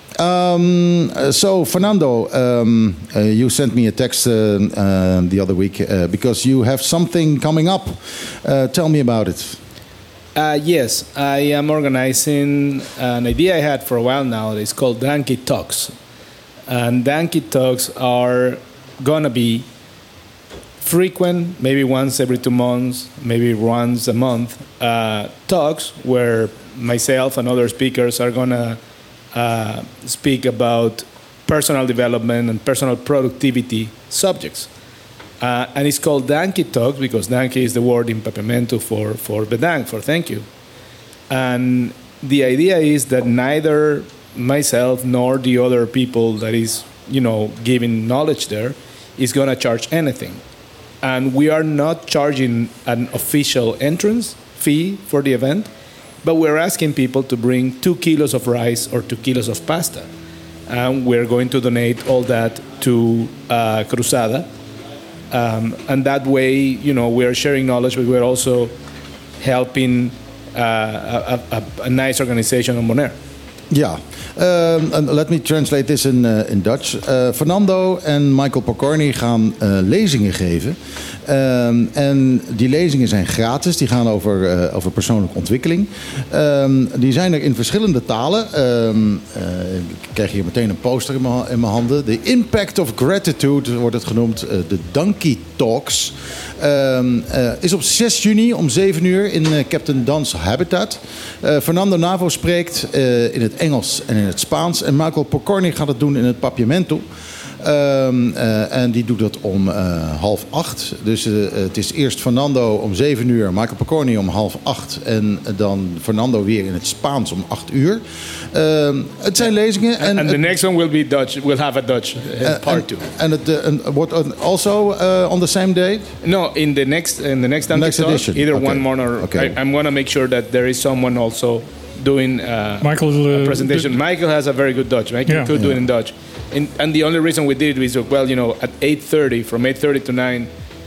So, Fernando, you sent me a text the other week because you have something coming up. Tell me about it. Yes, I am organizing an idea I had for a while now. It's called Donkey Talks. And Donkey Talks are going to be frequent, maybe once every 2 months, maybe once a month, talks where myself and other speakers are going to speak about personal development and personal productivity subjects. And it's called Donkey Talks because donkey is the word in Papiamento for bedang, for thank you. And the idea is that neither myself nor the other people that is, giving knowledge there is going to charge anything. And we are not charging an official entrance fee for the event, but we're asking people to bring 2 kilos of rice or 2 kilos of pasta. And we're going to donate all that to Cruzada. And that way, we're sharing knowledge, but we're also helping a nice organization on Bonaire. Yeah. Let me translate this in Dutch. Fernando en Michael Pokorny gaan lezingen geven. En die lezingen zijn gratis. Die gaan over persoonlijke ontwikkeling. Die zijn er in verschillende talen. Ik krijg hier meteen een poster in mijn handen. The Impact of Gratitude wordt het genoemd. De Donkey Talks. Is op 6 juni om 7 uur in Captain Dan's Habitat. Fernando Nava spreekt in het Engels en in het Spaans. En Michael Pokorny gaat het doen in het Papiamento. En die doet dat om 7:30. Dus het is eerst Fernando om 7 uur, Michael Pokorny om 7:30 en dan Fernando weer in het Spaans om 8 uur. Het zijn lezingen. And the next one will be Dutch. We'll have a Dutch part 2. And what also on the same day? No, in the next edition. Either one more or I'm going to make sure that there is someone also doing Michael, a presentation. Michael has a very good Dutch. Michael could do it in Dutch. And the only reason we did it is, at 8:30, from 8:30 to 9,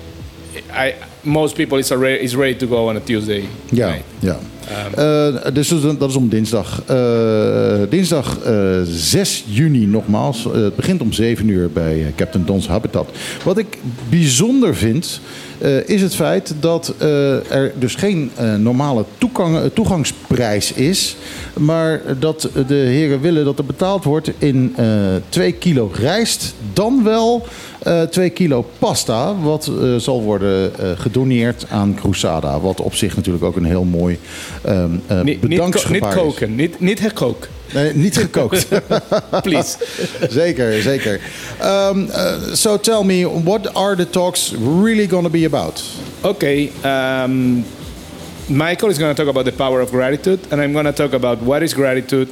most people is ready to go on a Tuesday night. Ja. Dus dat is om dinsdag. Dinsdag 6 juni nogmaals. Het begint om 7 uur bij Captain Don's Habitat. Wat ik bijzonder vind, is het feit dat er dus geen normale toegangsprijs is. Maar dat de heren willen dat er betaald wordt in 2 kilo rijst. Dan wel 2 kilo pasta. Wat zal worden gedoneerd aan Cruzada. Wat op zich natuurlijk ook een heel mooi bedanksgebaar is. Niet koken, niet gekookt. Nee, niet gekookt. Please. Zeker. So tell me, what are the talks really going to be about? Okay. Michael is going to talk about the power of gratitude, and I'm going to talk about what is gratitude,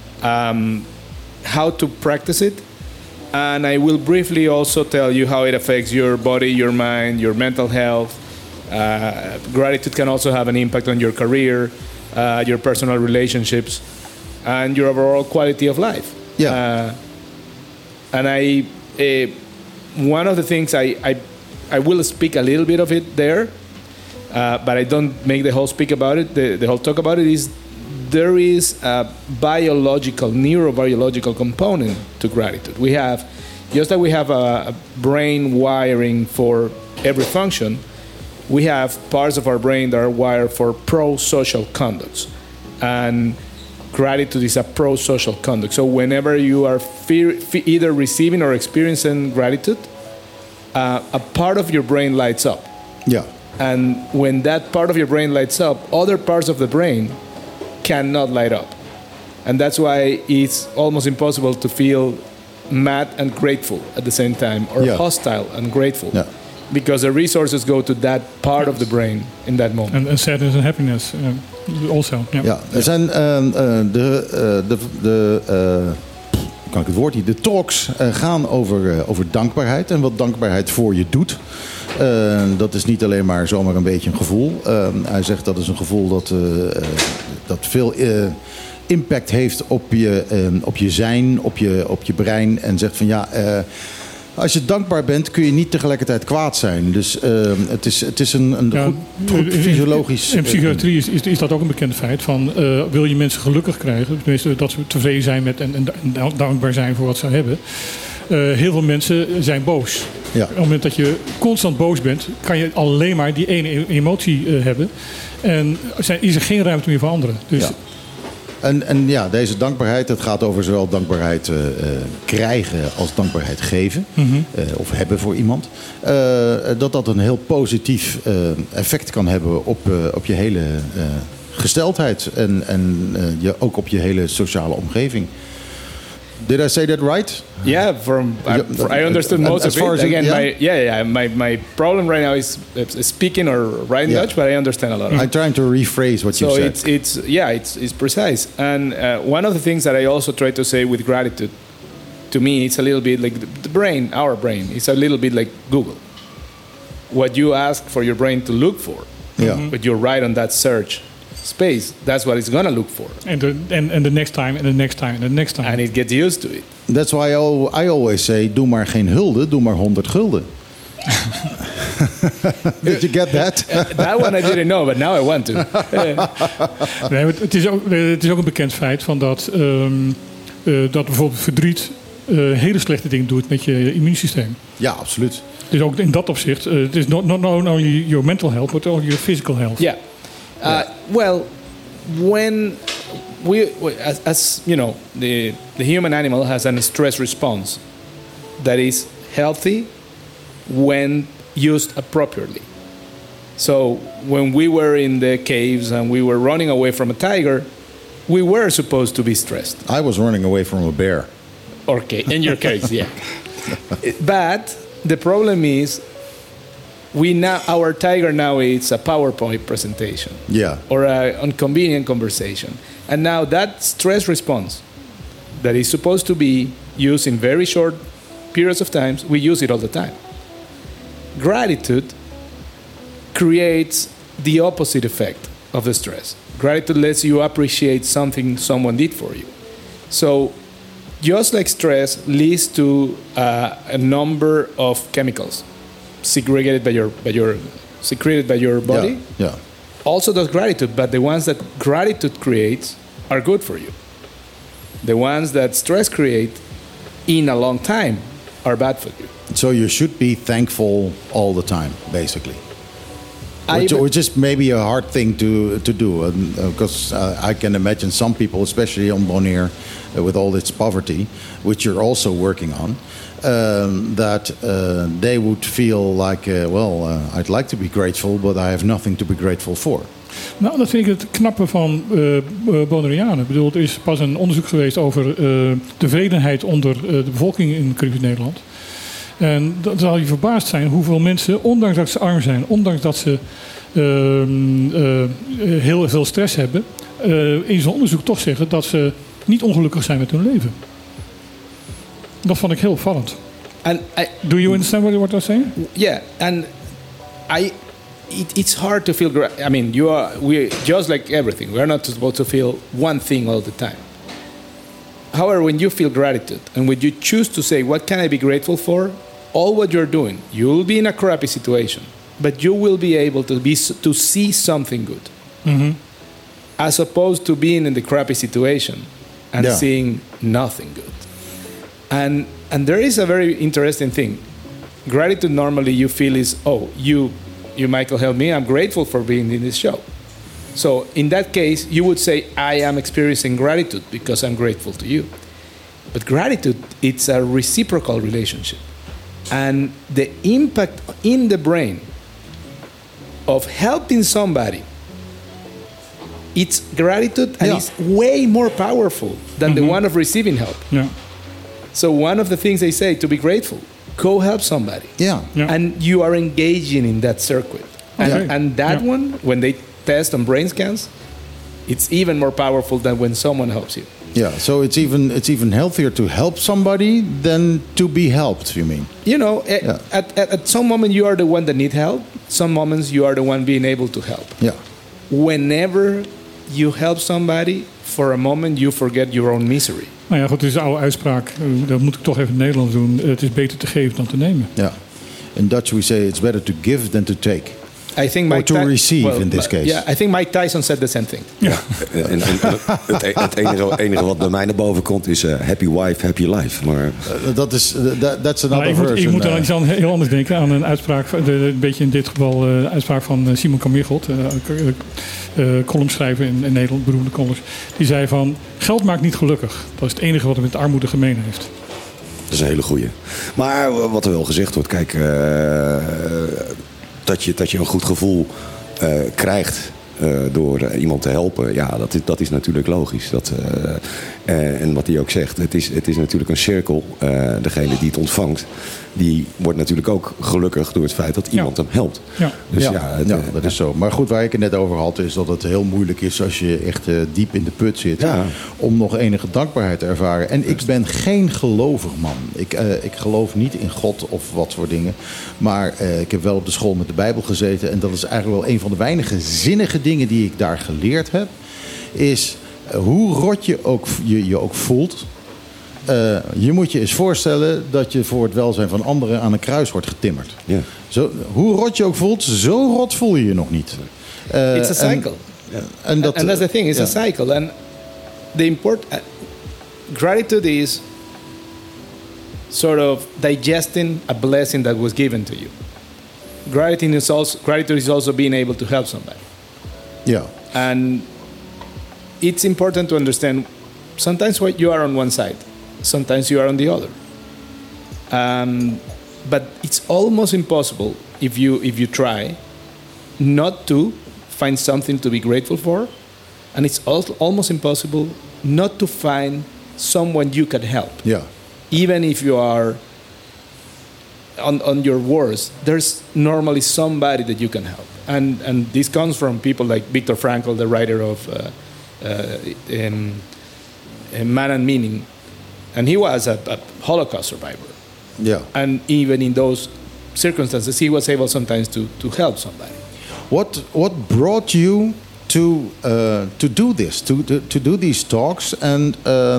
how to practice it, and I will briefly also tell you how it affects your body, your mind, your mental health. Gratitude can also have an impact on your career, your personal relationships, and your overall quality of life. Yeah. And one of the things I will speak a little bit of it there, but I don't make the whole speak about it. The whole talk about it is there is a neurobiological component to gratitude. We have, just like we have a brain wiring for every function, we have parts of our brain that are wired for pro-social conducts. And gratitude is a pro-social conduct. So whenever you are either receiving or experiencing gratitude, a part of your brain lights up. Yeah. And when that part of your brain lights up, other parts of the brain cannot light up. And that's why it's almost impossible to feel mad and grateful at the same time, or hostile and grateful. Yeah. because the resources go to that part of the brain in that moment. And sadness and happiness also. Yeah. Ja, er zijn kan ik het woord niet? De talks gaan over dankbaarheid en wat dankbaarheid voor je doet. Dat is niet alleen maar zomaar een beetje een gevoel. Hij zegt dat is een gevoel dat veel impact heeft op je zijn, op je brein. En zegt van ja, als je dankbaar bent kun je niet tegelijkertijd kwaad zijn. Dus het is een goed fysiologisch... In psychiatrie is dat ook een bekend feit. Van, wil je mensen gelukkig krijgen, tenminste dat ze tevreden zijn met en dankbaar zijn voor wat ze hebben. Heel veel mensen zijn boos. Ja. Op het moment dat je constant boos bent, kan je alleen maar die ene emotie hebben. En is er geen ruimte meer voor anderen. Dus ja. En ja, deze dankbaarheid, het gaat over zowel dankbaarheid krijgen als dankbaarheid geven. Of hebben voor iemand. Dat een heel positief effect kan hebben op je hele gesteldheid. En ook op je hele sociale omgeving. Did I say that right? Yeah, I understood most of it. Again, my problem right now is speaking or writing Dutch, but I understand a lot of it. I'm trying to rephrase what you said. So it's precise. And one of the things that I also try to say with gratitude, to me, it's a little bit like the brain, our brain, it's a little bit like Google. What you ask for your brain to look for, but you're right on that search space, that's what it's gonna look for. And the next time, and the next time, and the next time. And it gets used to it. That's why I always say, doe maar geen hulde, doe maar 100 gulden. Did you get that? That one I didn't know, but now I want to. Nee, het is ook een bekend feit van dat bijvoorbeeld verdriet hele slechte dingen doet met je immuunsysteem. Ja, absoluut. Dus ook in dat opzicht, het is not only your mental health, but also your physical health. Yeah. Well, when as you know, the human animal has a stress response that is healthy when used appropriately. So when we were in the caves and we were running away from a tiger, we were supposed to be stressed. I was running away from a bear. Okay, in your case, yeah. But the problem is, our tiger now is a PowerPoint presentation, or an inconvenient conversation, and now that stress response that is supposed to be used in very short periods of time, we use it all the time. Gratitude creates the opposite effect of the stress. Gratitude lets you appreciate something someone did for you. So, just like stress leads to a number of chemicals secreted by your body. Yeah. Also does gratitude, but the ones that gratitude creates are good for you. The ones that stress create in a long time are bad for you. So you should be thankful all the time, basically. Which is maybe a hard thing to do, because I can imagine some people, especially on Bonaire, with all its poverty, which you're also working on, that they would feel like, I'd like to be grateful, but I have nothing to be grateful for. Nou, dat vind ik het knappe van Bonaireanen. Ik bedoel, er is pas een onderzoek geweest over tevredenheid onder de bevolking in Caribisch Nederland. En dan zal je verbaasd zijn hoeveel mensen, ondanks dat ze arm zijn, ondanks dat ze heel veel stress hebben, in zo'n onderzoek toch zeggen dat ze niet ongelukkig zijn met hun leven. Dat vond ik heel opvallend. Do you understand what I'm saying? Yeah, and it's hard to feel. I mean, we just like everything. We're not supposed to feel one thing all the time. However, when you feel gratitude and when you choose to say, what can I be grateful for? All what you're doing, you'll be in a crappy situation, but you will be able to see something good. Mm-hmm. As opposed to being in the crappy situation and seeing nothing good. And there is a very interesting thing. Gratitude normally you feel is, you Michael helped me, I'm grateful for being in this show. So in that case, you would say, I am experiencing gratitude because I'm grateful to you. But gratitude, it's a reciprocal relationship. And the impact in the brain of helping somebody, it's gratitude and it's way more powerful than the one of receiving help. Yeah. So one of the things they say, to be grateful, go help somebody. Yeah. Ja. And you are engaging in that circuit. And, Okay. and that Yeah. one, when they test on brain scans, it's even more powerful than when someone helps you. Yeah, so it's even healthier to help somebody than to be helped, you mean? You know, Yeah. at some moment you are the one that need help. Some moments you are the one being able to help. Ja. Whenever you help somebody, for a moment you forget your own misery. Nou ja, goed, het is een oude uitspraak. Dat moet ik toch even in het Nederlands doen. Het is beter te geven dan te nemen. Ja. In Dutch we say it's better to give than to take. I think Or Mike to Ty- receive in this case. Yeah, I think Mike Tyson said the same thing. En het enige wat bij mij naar boven komt is happy wife, happy life. Maar That's Nou, another ik version. moet dan iets heel anders denken aan een uitspraak. Een beetje in dit geval een uitspraak van Simon Kamiergott. Columnschrijver in Nederland, beroemde columns. Die zei van, geld maakt niet gelukkig. Dat is het enige wat het met armoede gemeen heeft. dat is een hele goeie. Maar wat er wel gezegd wordt, kijk, dat je een goed gevoel krijgt door iemand te helpen, ja, dat is natuurlijk logisch. En wat hij ook zegt, het is natuurlijk een cirkel. Degene die het ontvangt, die wordt natuurlijk ook gelukkig door het feit dat iemand hem helpt. Ja. Dus Ja, dat is zo. Maar goed, waar ik het net over had, is dat het heel moeilijk is als je echt diep in de put zit. Ja. Om nog enige dankbaarheid te ervaren. En ik ben geen gelovig man. Ik geloof niet in God of wat voor dingen. Maar ik heb wel op de school met de Bijbel gezeten. En dat is eigenlijk wel een van de weinige zinnige dingen die ik daar geleerd heb. Is hoe rot je ook voelt. Je moet je eens voorstellen dat je voor het welzijn van anderen aan een kruis wordt getimmerd. Ja. Zo, hoe rot je ook voelt, zo rot voel je je nog niet. It's a cycle. And that's the thing, it's yeah. a cycle. And the gratitude is sort of digesting a blessing that was given to you. Gratitude is also being able to help somebody. Yeah. And it's important to understand sometimes what you are on one side, sometimes you are on the other. But it's almost impossible if you try not to find something to be grateful for, and it's also almost impossible not to find someone you can help. Yeah. Even if you are on your worst, there's normally somebody that you can help. And this comes from people like Viktor Frankl, the writer of Man and Meaning. And he was a Holocaust survivor. Yeah. And even in those circumstances, he was able sometimes to help somebody. What brought you to do this, to do these talks, and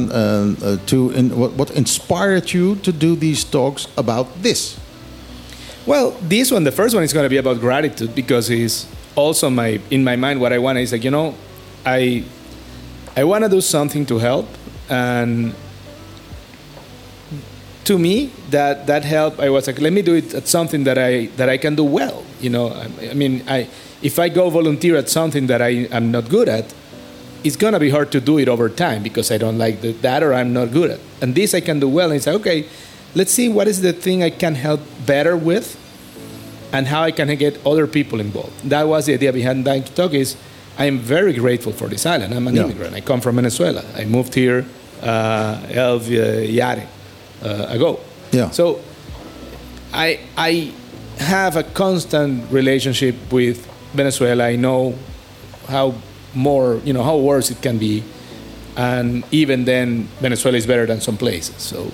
what inspired you to do these talks about this? Well, this one, the first one, is going to be about gratitude because it's also in my mind what I want is like, you know, I want to do something to help, and to me that help, I was like, let me do it at something that I can do well. You know, I mean, if I go volunteer at something that I am not good at, it's gonna be hard to do it over time because I don't like that or I'm not good at. And this I can do well, and it's like, okay, let's see what is the thing I can help better with, and how I can get other people involved. That was the idea behind Dying to Talk. Is I am very grateful for this island. I'm an immigrant. I come from Venezuela. I moved here 11 years ago. Yeah. So I have a constant relationship with Venezuela. I know how worse it can be, and even then, Venezuela is better than some places. So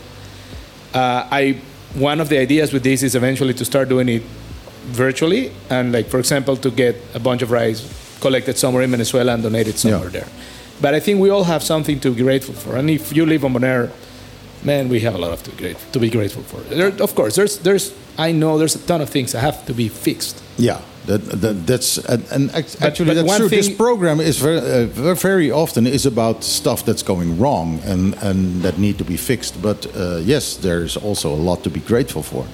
one of the ideas with this is eventually to start doing it virtually, and like, for example, to get a bunch of rice collected somewhere in Venezuela and donated somewhere there. But I think we all have something to be grateful for. And if you live on Bonaire, man, we have a lot to be grateful for. Of course, I know there's a ton of things that have to be fixed. Yeah, that's actually but that's one true. This thing- program is very often is about stuff that's going wrong and that need to be fixed. But yes, there's also a lot to be grateful for.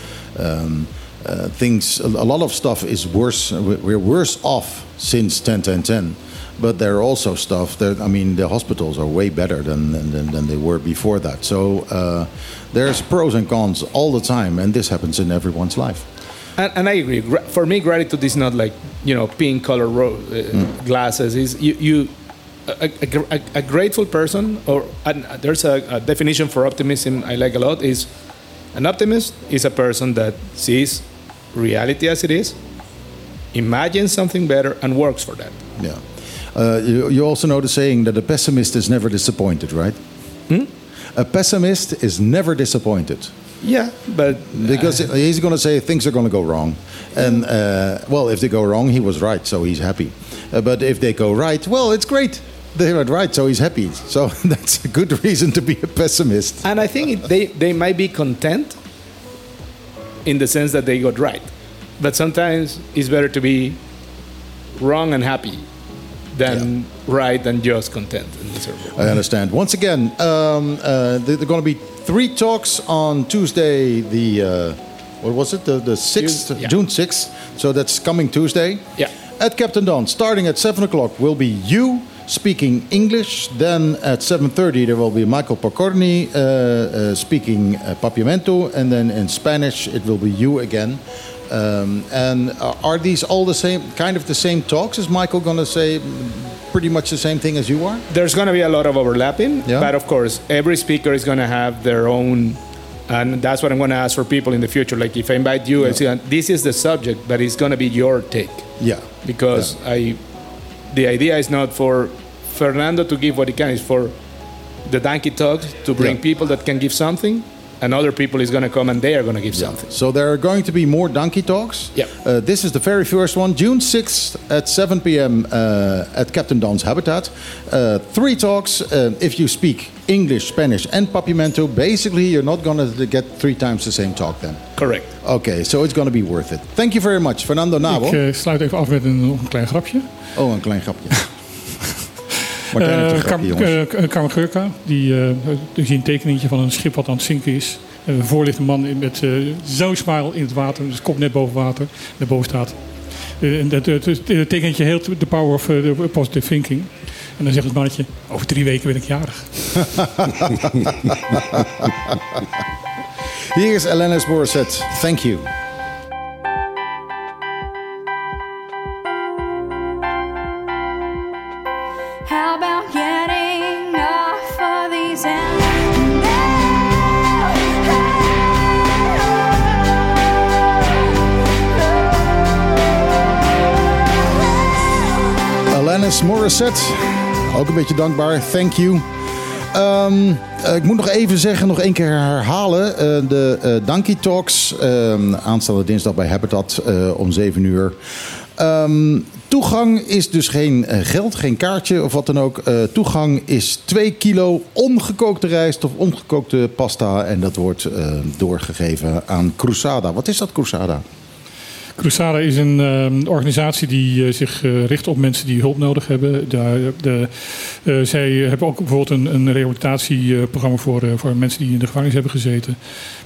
A lot of stuff is worse. We're worse off since 10-10-10. But there are also stuff that, I mean, the hospitals are way better than they were before that. So there's pros and cons all the time, and this happens in everyone's life. And I agree. For me, gratitude is not like, pink color glasses. Is a grateful person, there's a definition for optimism I like a lot, is An optimist is a person that sees reality as it is, imagines something better, and works for that. Yeah. You also know the saying that a pessimist is never disappointed, right? A pessimist is never disappointed. Yeah, but Because he's going to say things are going to go wrong. And, well, if they go wrong, he was right, so he's happy. But if they go right, well, it's great. They were right, so he's happy. So that's a good reason to be a pessimist. And I think they might be content in the sense that they got right. But sometimes it's better to be wrong and happy than right and just content and miserable. I understand. Once again, there are going to be 3 talks on Tuesday, what was it? The 6th, Yeah. June 6th. So that's coming Tuesday. Yeah. At Captain Don, starting at 7 o'clock, will be you speaking English. Then at 7:30, there will be Michael Pocorni speaking Papiamento. And then in Spanish, it will be you again. And are these all the same, kind of the same talks? Is Michael going to say pretty much the same thing as you are? There's going to be a lot of overlapping, Yeah. but of course, every speaker is going to have their own, and that's what I'm going to ask for people in the future. Like if I invite you, I say, this is the subject, but it's going to be your take. Yeah. Because the idea is not for Fernando to give what he can, it's for the Donkey Talks to bring people that can give something, and other people is going to come and they are going to give something. So there are going to be more Donkey Talks. Yeah. This is the very first one, June 6th at 7 p.m. At Captain Don's Habitat. 3 talks. If you speak English, Spanish, and Papiamento, basically you're not going to get 3 times the same talk then. Correct. Okay, so it's going to be worth it. Thank you very much, Fernando Nabel. Ik sluit even af met een klein grapje. Oh, een klein grapje. Martijn heeft een grapje, jongens. Carmen Geurka, die ziet een tekeningetje van een schip wat aan het zinken is. Voor ligt een man met zo'n smile in het water, dus kop net boven water. Daarboven staat. Het tekeningetje heet The Power of Positive Thinking. En dan zegt het mannetje, over 3 weken ben ik jarig. Hier is Alanis Morissette. Thank you. How about getting off of these Alanis Morissette, ook een beetje dankbaar. Thank you. Ik moet nog even zeggen, nog 1 keer herhalen. De Donkey Talks, aanstaande dinsdag bij Habitat om 7 uur. Toegang is dus geen geld, geen kaartje of wat dan ook. Toegang is 2 kilo ongekookte rijst of ongekookte pasta. En dat wordt doorgegeven aan Cruzada. Wat is dat, Cruzada? Cruzada is een organisatie die zich richt op mensen die hulp nodig hebben. Zij hebben ook bijvoorbeeld een rehabilitatieprogramma voor mensen die in de gevangenis hebben gezeten.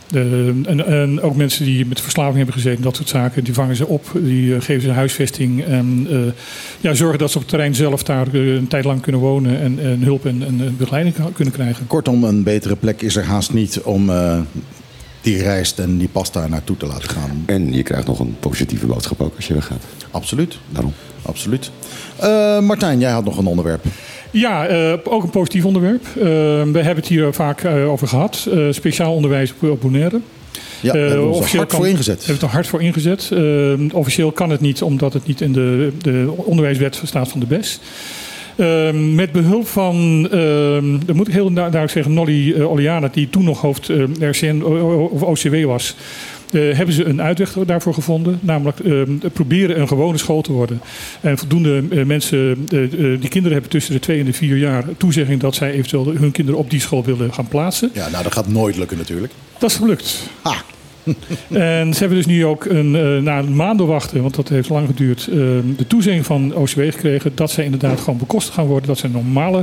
En ook mensen die met verslaving hebben gezeten, dat soort zaken. Die vangen ze op, die geven ze huisvesting. En zorgen dat ze op het terrein zelf daar een tijd lang kunnen wonen. En hulp en begeleiding kunnen krijgen. Kortom, een betere plek is er haast niet om die rijst en die pasta naartoe te laten gaan. En je krijgt nog een positieve boodschap ook als je weggaat. Absoluut. Daarom. Absoluut. Martijn, jij had nog een onderwerp. Ja, ook een positief onderwerp. We hebben het hier vaak over gehad. Speciaal onderwijs op Bonaire. Ja, daar hebben we ons hard voor ingezet. Hebben we er hard voor ingezet. Officieel kan het niet, omdat het niet in de onderwijswet staat van de BES. Met behulp van, dat moet ik heel duidelijk zeggen, Nolly Oliana, die toen nog hoofd RCN of OCW was, hebben ze een uitweg daarvoor gevonden. Namelijk proberen een gewone school te worden. En voldoende mensen, die kinderen hebben tussen de 2 en de 4 jaar toezegging dat zij eventueel hun kinderen op die school willen gaan plaatsen. Ja, nou dat gaat nooit lukken natuurlijk. Dat is gelukt. Ah. En ze hebben dus nu ook na een maand wachten, want dat heeft lang geduurd, de toezegging van OCW gekregen dat zij inderdaad gewoon bekostigd gaan worden. Dat ze een normale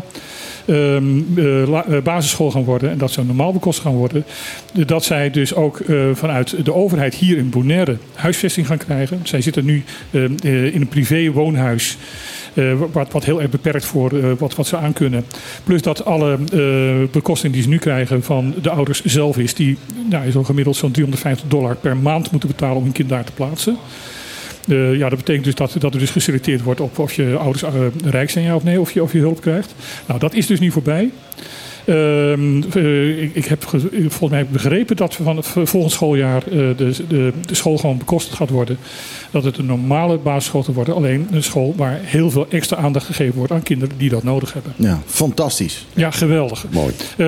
basisschool gaan worden en dat ze normaal bekostigd gaan worden. Dat zij dus ook vanuit de overheid hier in Bonaire huisvesting gaan krijgen. Zij zitten nu in een privé woonhuis. Wat heel erg beperkt voor wat ze aankunnen. Plus dat alle bekosting die ze nu krijgen van de ouders zelf is. Die zo gemiddeld zo'n $350 per maand moeten betalen om hun kind daar te plaatsen. Dat betekent dus dat er dus geselecteerd wordt op of je ouders rijk zijn, ja of nee. Of je hulp krijgt. Nou, dat is dus nu voorbij. Ik heb volgens mij begrepen dat van het volgend schooljaar de school gewoon bekostigd gaat worden. Dat het een normale basisschool te worden. Alleen een school waar heel veel extra aandacht gegeven wordt aan kinderen die dat nodig hebben. Ja, fantastisch. Ja, geweldig. Mooi.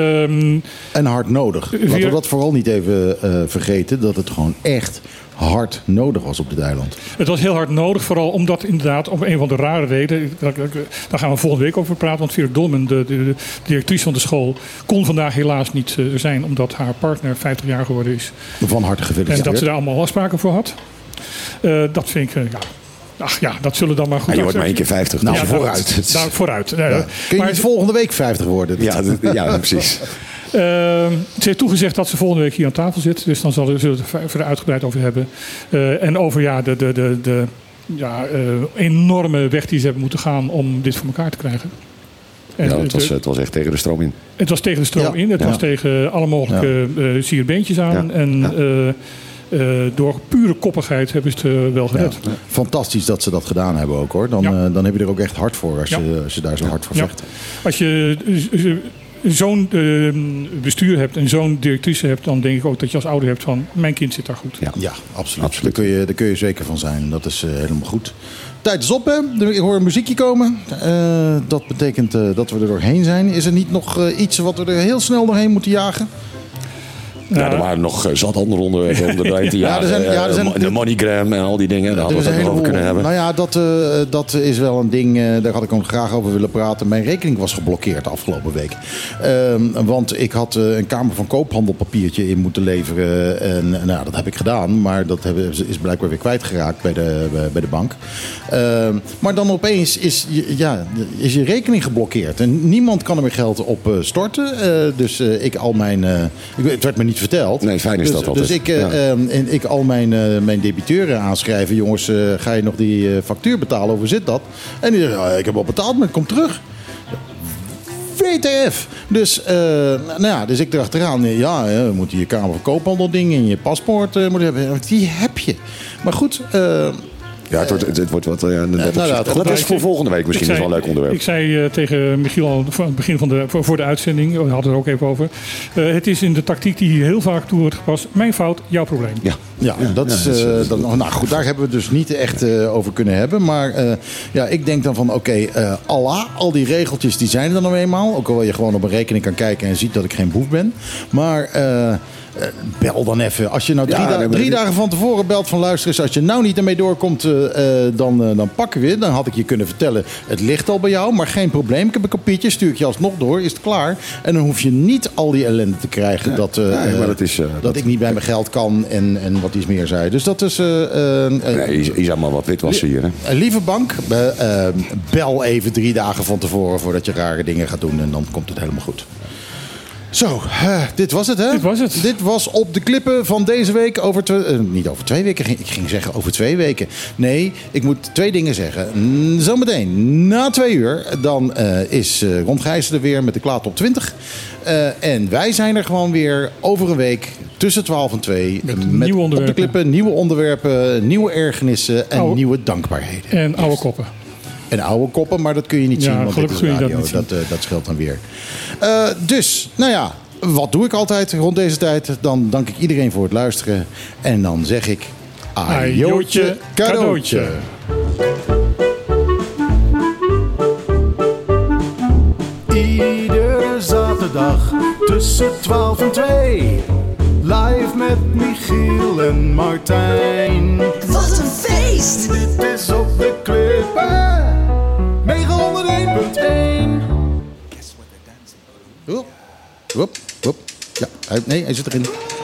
En hard nodig. Laten we dat vooral niet even vergeten. Dat het gewoon echt hard nodig was op dit eiland. Het was heel hard nodig, vooral omdat inderdaad om een van de rare reden, daar gaan we volgende week over praten, want Vera Dolman, de directrice van de school, kon vandaag helaas niet zijn, omdat haar partner 50 jaar geworden is. Van harte gefeliciteerd. En dat ze daar allemaal afspraken voor had. Dat vind ik, ach ja, dat zullen dan maar goed. Je wordt maar 1 keer 50. Nou, dus vooruit. Nou, vooruit. Ja. Kun je niet volgende week 50 worden? Ja, precies. Ze heeft toegezegd dat ze volgende week hier aan tafel zit. Dus dan zullen we het er verder uitgebreid over hebben. En over de enorme weg die ze hebben moeten gaan om dit voor elkaar te krijgen. En het was echt tegen de stroom in. Het was tegen de stroom in. Het was tegen alle mogelijke sierbeentjes aan. Ja. En door pure koppigheid hebben ze het wel gered. Ja. Fantastisch dat ze dat gedaan hebben ook hoor. Dan heb je er ook echt hard voor als je daar zo hard voor vecht. Als je zo'n bestuur hebt en zo'n directrice hebt, dan denk ik ook dat je als ouder hebt van mijn kind zit daar goed. Ja, absoluut. Daar kun je zeker van zijn. Dat is helemaal goed. Tijd is op, hè? Ik hoor een muziekje komen. Dat betekent dat we er doorheen zijn. Is er niet nog iets wat we er heel snel doorheen moeten jagen? Ja, er waren nog zat andere onderwerpen om erbij te jagen. De MoneyGram en al die dingen. Daar hadden we het ook over kunnen hebben. Nou ja, dat is wel een ding. Daar had ik ook graag over willen praten. Mijn rekening was geblokkeerd de afgelopen week. Want ik had een Kamer van Koophandel papiertje in moeten leveren. En nou, dat heb ik gedaan. Maar dat is blijkbaar weer kwijtgeraakt bij de bank. Maar dan opeens is je rekening geblokkeerd. En niemand kan er meer geld op storten. Dus het werd me niet verteld. Nee, fijn is dat altijd. Dus ik al mijn debiteuren aanschrijven. Jongens, ga je nog die factuur betalen? Hoe zit dat? En die zeggen, ik heb al betaald, maar het komt terug. WTF! Dus, dus ik erachteraan. We moeten je Kamer van Koophandel dingen en je paspoort moeten hebben. Die heb je. Maar goed. Ja, het wordt wat. Dat is voor volgende week misschien wel een leuk onderwerp. Ik zei tegen Michiel al aan het begin voor de uitzending, we hadden het er ook even over. Het is in de tactiek die hier heel vaak toe wordt gepast. Mijn fout, jouw probleem. Dat is. Nou goed, daar hebben we het dus niet echt over kunnen hebben. Maar ik denk dan van Allah, al die regeltjes die zijn er dan nou eenmaal. Ook al je gewoon op een rekening kan kijken en ziet dat ik geen boef ben. Maar bel dan even. Als je nou drie dagen van tevoren belt van luister eens, als je nou niet ermee doorkomt, dan pakken we. Dan had ik je kunnen vertellen, het ligt al bij jou, maar geen probleem. Ik heb een kopiertje, stuur ik je alsnog door, is het klaar. En dan hoef je niet al die ellende te krijgen dat ik niet bij mijn geld kan en wat iets meer zei. Dus dat is... is allemaal wat witwassen hier. Hè? Lieve bank, bel even 3 dagen van tevoren voordat je rare dingen gaat doen en dan komt het helemaal goed. Zo, dit was het, hè? Dit was het. Dit was Op de Klippen van deze week. Niet over 2 weken. Ik ging zeggen over 2 weken. Nee, ik moet 2 dingen zeggen. Zometeen, na 2 uur, dan is Ron Gijssen er weer met de Klaar Top 20. En wij zijn er gewoon weer over een week tussen 12 en 2. Met Op de Klippen, nieuwe onderwerpen, nieuwe ergernissen en nieuwe dankbaarheden. En oude koppen. En oude koppen, maar dat kun je niet zien, want dit is radio. Dat scheelt dan weer. Dus, wat doe ik altijd rond deze tijd? Dan dank ik iedereen voor het luisteren. En dan zeg ik... Ajootje cadeautje. Iedere zaterdag tussen 12 en 2. Live met Michiel en Martijn. Wat een feest! Dit is Op de Klippen. 901.1. Hop. Ja, hij zit erin.